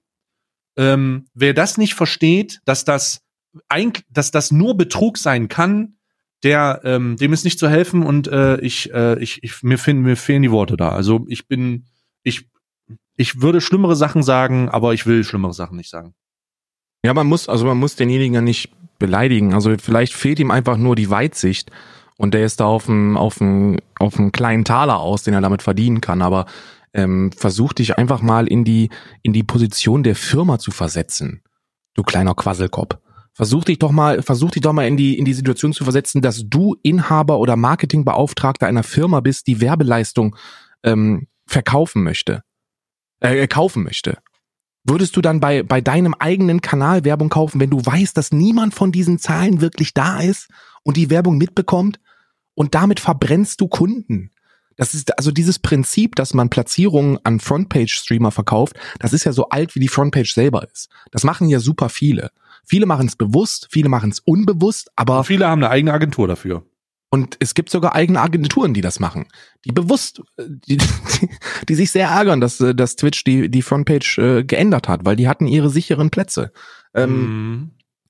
Speaker 2: Ähm, wer das nicht versteht, dass das eigentlich, dass das nur Betrug sein kann, der, ähm, dem ist nicht zu helfen, und äh, ich, äh, ich, ich, mir finden, mir fehlen die Worte da. Also ich bin, ich, ich würde schlimmere Sachen sagen, aber ich will schlimmere Sachen nicht sagen.
Speaker 3: Ja, man muss, also man muss denjenigen ja nicht beleidigen. Also vielleicht fehlt ihm einfach nur die Weitsicht. Und der ist da auf einem auf einem auf einem kleinen Taler aus, den er damit verdienen kann. Aber ähm, versuch dich einfach mal in die in die Position der Firma zu versetzen, du kleiner Quasselkopf. Versuch dich doch mal, versuch dich doch mal in die in die Situation zu versetzen, dass du Inhaber oder Marketingbeauftragter einer Firma bist, die Werbeleistung ähm, verkaufen möchte, äh, kaufen möchte. Würdest du dann bei bei deinem eigenen Kanal Werbung kaufen, wenn du weißt, dass niemand von diesen Zahlen wirklich da ist und die Werbung mitbekommt? Und damit verbrennst du Kunden. Das ist also dieses Prinzip, dass man Platzierungen an Frontpage-Streamer verkauft, das ist ja so alt, wie die Frontpage selber ist. Das machen ja super viele. Viele machen es bewusst, viele machen es unbewusst, aber
Speaker 2: und viele haben eine eigene Agentur dafür.
Speaker 3: Und es gibt sogar eigene Agenturen, die das machen, die bewusst, die, die, die sich sehr ärgern, dass, dass Twitch die, die Frontpage äh, geändert hat, weil die hatten ihre sicheren Plätze. Ähm,
Speaker 2: mm.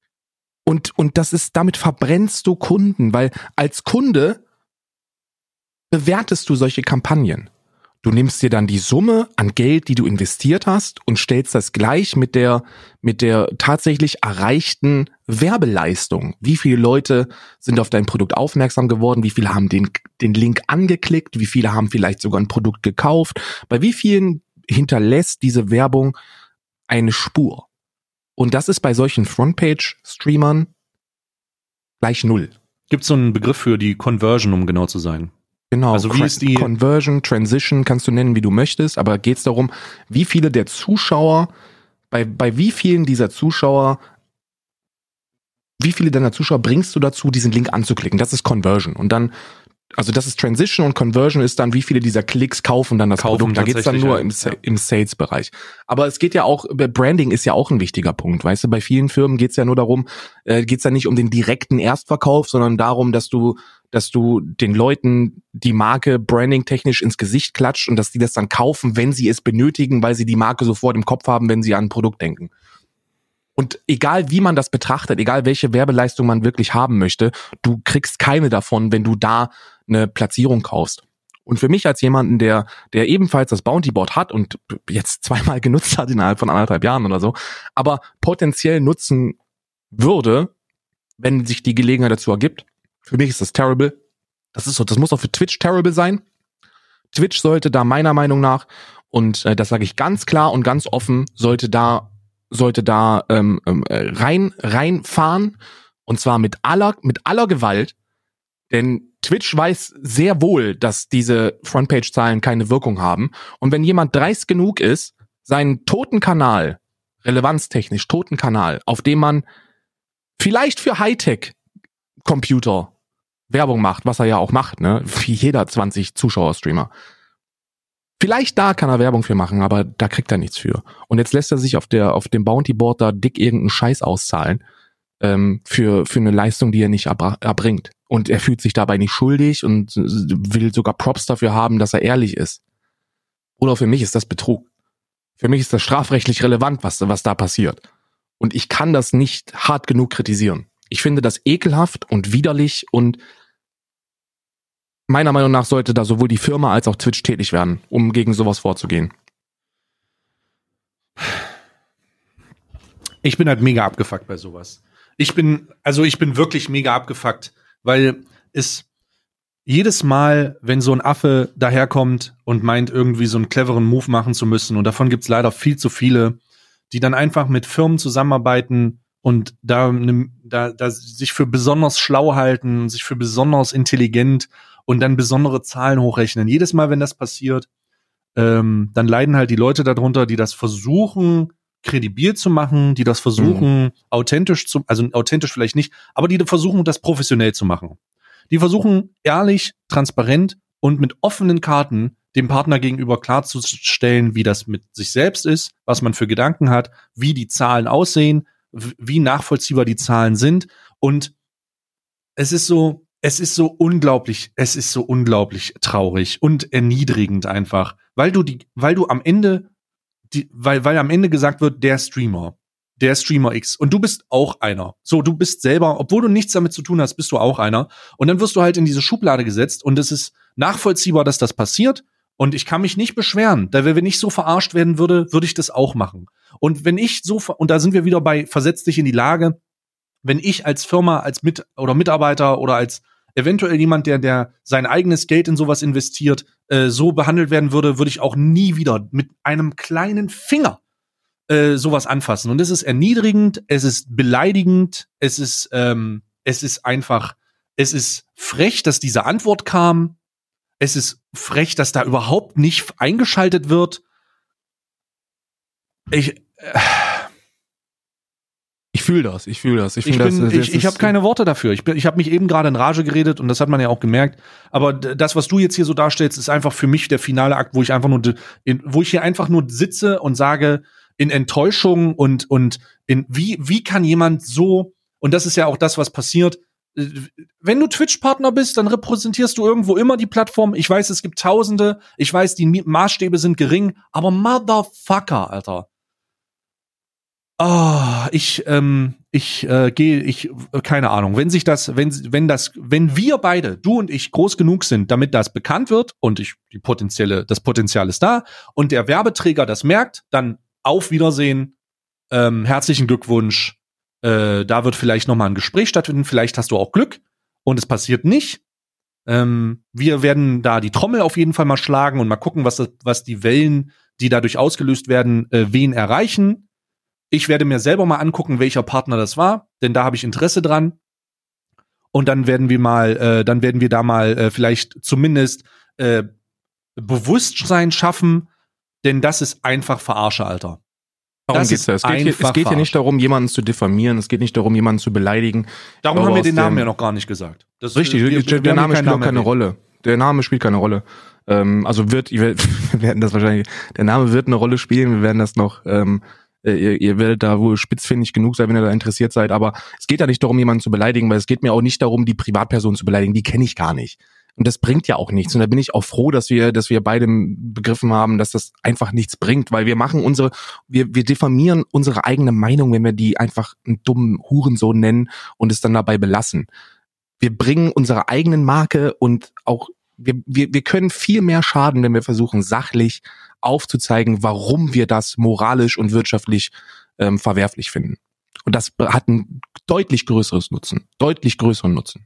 Speaker 3: und, und das ist, damit verbrennst du Kunden, weil als Kunde bewertest du solche Kampagnen. Du nimmst dir dann die Summe an Geld, die du investiert hast, und stellst das gleich mit der, mit der tatsächlich erreichten Werbeleistung. Wie viele Leute sind auf dein Produkt aufmerksam geworden? Wie viele haben den, den Link angeklickt? Wie viele haben vielleicht sogar ein Produkt gekauft? Bei wie vielen hinterlässt diese Werbung eine Spur? Und das ist bei solchen Frontpage-Streamern gleich null.
Speaker 2: Gibt es so einen Begriff für die Conversion, um genau zu sein?
Speaker 3: Genau,
Speaker 2: also wie ist die
Speaker 3: Conversion, Transition, kannst du nennen, wie du möchtest, aber geht es darum, wie viele der Zuschauer, bei, bei wie vielen dieser Zuschauer, wie viele deiner Zuschauer bringst du dazu, diesen Link anzuklicken? Das ist Conversion. Und dann also das ist Transition und Conversion ist dann, wie viele dieser Klicks kaufen dann das
Speaker 2: Kaufen
Speaker 3: Produkt. Da geht's dann nur
Speaker 2: tatsächlich,
Speaker 3: im,
Speaker 2: ja.
Speaker 3: Sa- im Sales-Bereich. Aber es geht ja auch, Branding ist ja auch ein wichtiger Punkt, weißt du, bei vielen Firmen geht's ja nur darum, äh, geht's ja nicht um den direkten Erstverkauf, sondern darum, dass du dass du den Leuten die Marke branding-technisch ins Gesicht klatscht und dass die das dann kaufen, wenn sie es benötigen, weil sie die Marke sofort im Kopf haben, wenn sie an ein Produkt denken. Und egal wie man das betrachtet, egal welche Werbeleistung man wirklich haben möchte, du kriegst keine davon, wenn du da eine Platzierung kaufst. Und für mich als jemanden, der der ebenfalls das Bounty Board hat und jetzt zweimal genutzt hat innerhalb von anderthalb Jahren oder so, aber potenziell nutzen würde, wenn sich die Gelegenheit dazu ergibt, für mich ist das terrible. Das ist so, das muss auch für Twitch terrible sein. Twitch sollte da meiner Meinung nach, und äh, das sage ich ganz klar und ganz offen, sollte da sollte da ähm, ähm, rein reinfahren, und zwar mit aller mit aller Gewalt, denn Twitch weiß sehr wohl, dass diese Frontpage-Zahlen keine Wirkung haben, und wenn jemand dreist genug ist, seinen toten Kanal, relevanztechnisch toten Kanal, auf dem man vielleicht für Hightech-Computer Werbung macht, was er ja auch macht, ne, wie jeder zwanzig Zuschauer-Streamer. Vielleicht da kann er Werbung für machen, aber da kriegt er nichts für. Und jetzt lässt er sich auf der auf dem Bounty Board da dick irgendeinen Scheiß auszahlen ähm, für für eine Leistung, die er nicht erbra- erbringt. Und er fühlt sich dabei nicht schuldig und will sogar Props dafür haben, dass er ehrlich ist. Oder für mich ist das Betrug. Für mich ist das strafrechtlich relevant, was was da passiert. Und ich kann das nicht hart genug kritisieren. Ich finde das ekelhaft und widerlich, und meiner Meinung nach sollte da sowohl die Firma als auch Twitch tätig werden, um gegen sowas vorzugehen.
Speaker 2: Ich bin halt mega abgefuckt bei sowas. Ich bin, also ich bin wirklich mega abgefuckt, weil es jedes Mal, wenn so ein Affe daherkommt und meint, irgendwie so einen cleveren Move machen zu müssen, und davon gibt's leider viel zu viele, die dann einfach mit Firmen zusammenarbeiten und da, ne, da, da sich für besonders schlau halten, sich für besonders intelligent und dann besondere Zahlen hochrechnen. Jedes Mal, wenn das passiert, ähm, dann leiden halt die Leute darunter, die das versuchen, kredibil zu machen, die das versuchen, mhm. authentisch zu, also authentisch vielleicht nicht, aber die versuchen, das professionell zu machen. Die versuchen, ehrlich, transparent und mit offenen Karten dem Partner gegenüber klarzustellen, wie das mit sich selbst ist, was man für Gedanken hat, wie die Zahlen aussehen, wie nachvollziehbar die Zahlen sind. Und es ist so, es ist so unglaublich, es ist so unglaublich traurig und erniedrigend einfach, weil du die, weil du am Ende, die, weil, weil am Ende gesagt wird, der Streamer, der Streamer X, und du bist auch einer. So, du bist selber, obwohl du nichts damit zu tun hast, bist du auch einer. Und dann wirst du halt in diese Schublade gesetzt, und es ist nachvollziehbar, dass das passiert. Und ich kann mich nicht beschweren, da wenn ich so verarscht werden würde, würde ich das auch machen. Und wenn ich so, und da sind wir wieder bei, versetz dich in die Lage, wenn ich als Firma, als Mit- oder Mitarbeiter oder als eventuell jemand, der, der sein eigenes Geld in sowas investiert, äh, so behandelt werden würde, würde ich auch nie wieder mit einem kleinen Finger äh, sowas anfassen. Und es ist erniedrigend, es ist beleidigend, es ist, ähm, es ist einfach, es ist frech, dass diese Antwort kam. Es ist frech, dass da überhaupt nicht eingeschaltet wird. Ich, äh,
Speaker 3: ich fühle das, ich fühle das. Ich,
Speaker 2: ich,
Speaker 3: das,
Speaker 2: bin,
Speaker 3: das,
Speaker 2: ich,
Speaker 3: das
Speaker 2: ich habe keine Worte dafür. Ich, bin, ich habe mich eben gerade in Rage geredet, und das hat man ja auch gemerkt. Aber das, was du jetzt hier so darstellst, ist einfach für mich der finale Akt, wo ich einfach nur, in, wo ich hier einfach nur sitze und sage, in Enttäuschung und und in wie wie kann jemand so, und das ist ja auch das, was passiert. Wenn du Twitch-Partner bist, dann repräsentierst du irgendwo immer die Plattform. Ich weiß, es gibt Tausende. Ich weiß, die Maßstäbe sind gering. Aber Motherfucker, Alter. Ah, oh, ich, ähm, ich äh, gehe, ich, keine Ahnung. Wenn sich das, wenn, wenn das, wenn wir beide, du und ich, groß genug sind, damit das bekannt wird und ich die potenzielle, das Potenzial ist da und der Werbeträger das merkt, dann auf Wiedersehen. Ähm, herzlichen Glückwunsch. Äh, da wird vielleicht noch mal ein Gespräch stattfinden. Vielleicht hast du auch Glück und es passiert nicht. Ähm, wir werden da die Trommel auf jeden Fall mal schlagen und mal gucken, was, das, was die Wellen, die dadurch ausgelöst werden, äh, wen erreichen. Ich werde mir selber mal angucken, welcher Partner das war, denn da habe ich Interesse dran. Und dann werden wir mal, äh, dann werden wir da mal äh, vielleicht zumindest äh, Bewusstsein schaffen, denn das ist einfach Verarsche, Alter.
Speaker 3: Darum
Speaker 2: das
Speaker 3: geht's ja. Es geht, hier, es geht hier nicht darum, jemanden zu diffamieren. Es geht nicht darum, jemanden zu beleidigen.
Speaker 2: Darum haben wir den Namen ja noch gar nicht gesagt. Das,
Speaker 3: Richtig,
Speaker 2: wir, wir,
Speaker 3: der
Speaker 2: wir
Speaker 3: Name spielt auch keine
Speaker 2: erwähnt.
Speaker 3: Rolle. Der Name spielt keine Rolle. Ähm, also wird, wir werden das wahrscheinlich, der Name wird eine Rolle spielen, wir werden das noch, ähm, ihr, ihr werdet da wohl spitzfindig genug sein, wenn ihr da interessiert seid, aber es geht ja nicht darum, jemanden zu beleidigen, weil es geht mir auch nicht darum, die Privatperson zu beleidigen, die kenne ich gar nicht. Und das bringt ja auch nichts. Und da bin ich auch froh, dass wir, dass wir beide begriffen haben, dass das einfach nichts bringt, weil wir machen unsere, wir, wir diffamieren unsere eigene Meinung, wenn wir die einfach einen dummen Hurensohn nennen und es dann dabei belassen. Wir bringen unsere eigenen Marke und auch, wir, wir, wir können viel mehr schaden, wenn wir versuchen, sachlich aufzuzeigen, warum wir das moralisch und wirtschaftlich ähm, verwerflich finden. Und das hat ein deutlich größeres Nutzen, deutlich größeren Nutzen.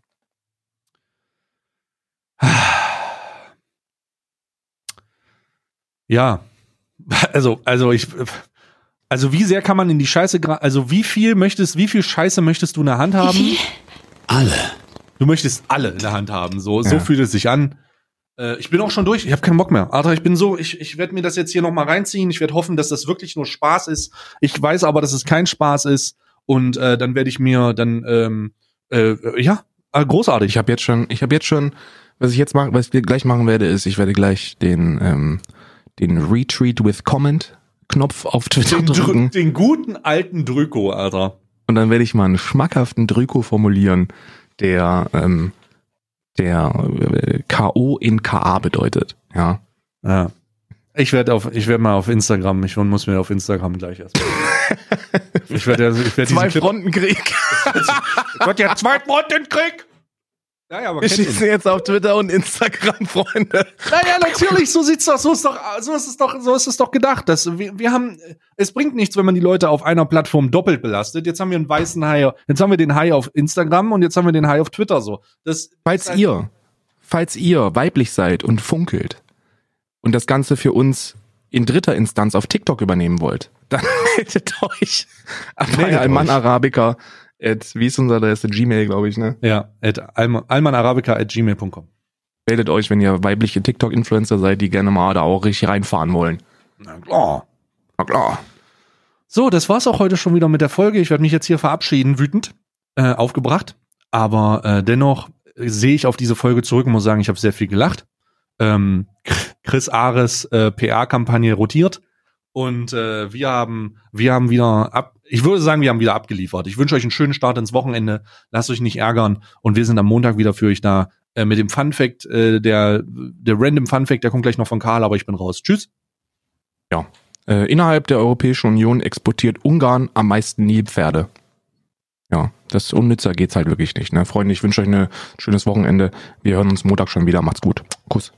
Speaker 2: Ja, also, also ich, also wie sehr kann man in die Scheiße, also wie viel möchtest, wie viel Scheiße möchtest du in der Hand haben?
Speaker 1: Alle.
Speaker 2: Du möchtest alle in der Hand haben, so,
Speaker 3: Ja.
Speaker 2: so fühlt es sich an. Äh, ich bin auch schon durch, ich habe keinen Bock mehr. Alter, ich bin so, ich, ich werde mir das jetzt hier nochmal reinziehen, ich werde hoffen, dass das wirklich nur Spaß ist. Ich weiß aber, dass es kein Spaß ist und äh, dann werde ich mir dann, ähm, äh, ja, äh, großartig.
Speaker 3: Ich habe jetzt schon, ich habe jetzt schon, was ich jetzt machen, was ich gleich machen werde, ist, ich werde gleich den, ähm, den Retweet with Comment Knopf auf Twitter
Speaker 2: den,
Speaker 3: drücken
Speaker 2: Drü- den guten alten Drüko, Alter.
Speaker 3: und dann werde ich mal einen schmackhaften Drüko formulieren, der, ähm, der äh, K O in K A bedeutet, ja.
Speaker 2: Ja. Ich werde auf, ich werde mal auf Instagram, ich muss mir auf Instagram gleich erstmal. ich werde, ich werde
Speaker 3: Zwei
Speaker 2: diesen Clip-
Speaker 3: Frontenkrieg.
Speaker 2: Gott, ja, zwei Frontenkrieg! Ja, ja, aber
Speaker 3: Wir
Speaker 2: kennt
Speaker 3: schießen
Speaker 2: ihn.
Speaker 3: jetzt auf Twitter und Instagram, Freunde.
Speaker 2: Naja, natürlich, so sieht's doch, so ist doch, so ist es doch, so ist es doch gedacht. Dass wir, wir haben, es bringt nichts, wenn man die Leute auf einer Plattform doppelt belastet. Jetzt haben wir einen weißen Hai, jetzt haben wir den Hai auf Instagram und jetzt haben wir den Hai auf Twitter, so. Das,
Speaker 3: Falls
Speaker 2: ist halt-
Speaker 3: ihr, falls ihr weiblich seid und funkelt und das Ganze für uns in dritter Instanz auf TikTok übernehmen wollt, dann meldet euch bei
Speaker 2: Meldet
Speaker 3: Alman
Speaker 2: euch.
Speaker 3: Arabica at, wie ist unsere Adresse? Gmail, glaube ich, ne?
Speaker 2: Ja, at almanarabica at gmail punkt com.
Speaker 3: Meldet euch, wenn ihr weibliche TikTok-Influencer seid, die gerne mal da auch richtig reinfahren wollen.
Speaker 2: Na klar.
Speaker 3: Na klar.
Speaker 2: So, das war's auch heute schon wieder mit der Folge. Ich werde mich jetzt hier verabschieden, wütend, äh, aufgebracht. Aber äh, dennoch sehe ich auf diese Folge zurück und muss sagen, ich habe sehr viel gelacht. Ähm, Chris Ares äh, P R-Kampagne rotiert. Und äh, wir haben, wir haben wieder ab, ich würde sagen, wir haben wieder abgeliefert. Ich wünsche euch einen schönen Start ins Wochenende. Lasst euch nicht ärgern. Und wir sind am Montag wieder für euch da äh, mit dem Fun Fact, äh, der, der Random Fun Fact, der kommt gleich noch von Karl, aber ich bin raus. Tschüss.
Speaker 3: Ja. Äh, innerhalb der Europäischen Union exportiert Ungarn am meisten Nilpferde. Ja, das unnützer geht's halt wirklich nicht, ne? Freunde, ich wünsche euch ein schönes Wochenende. Wir hören uns Montag schon wieder. Macht's gut. Kuss.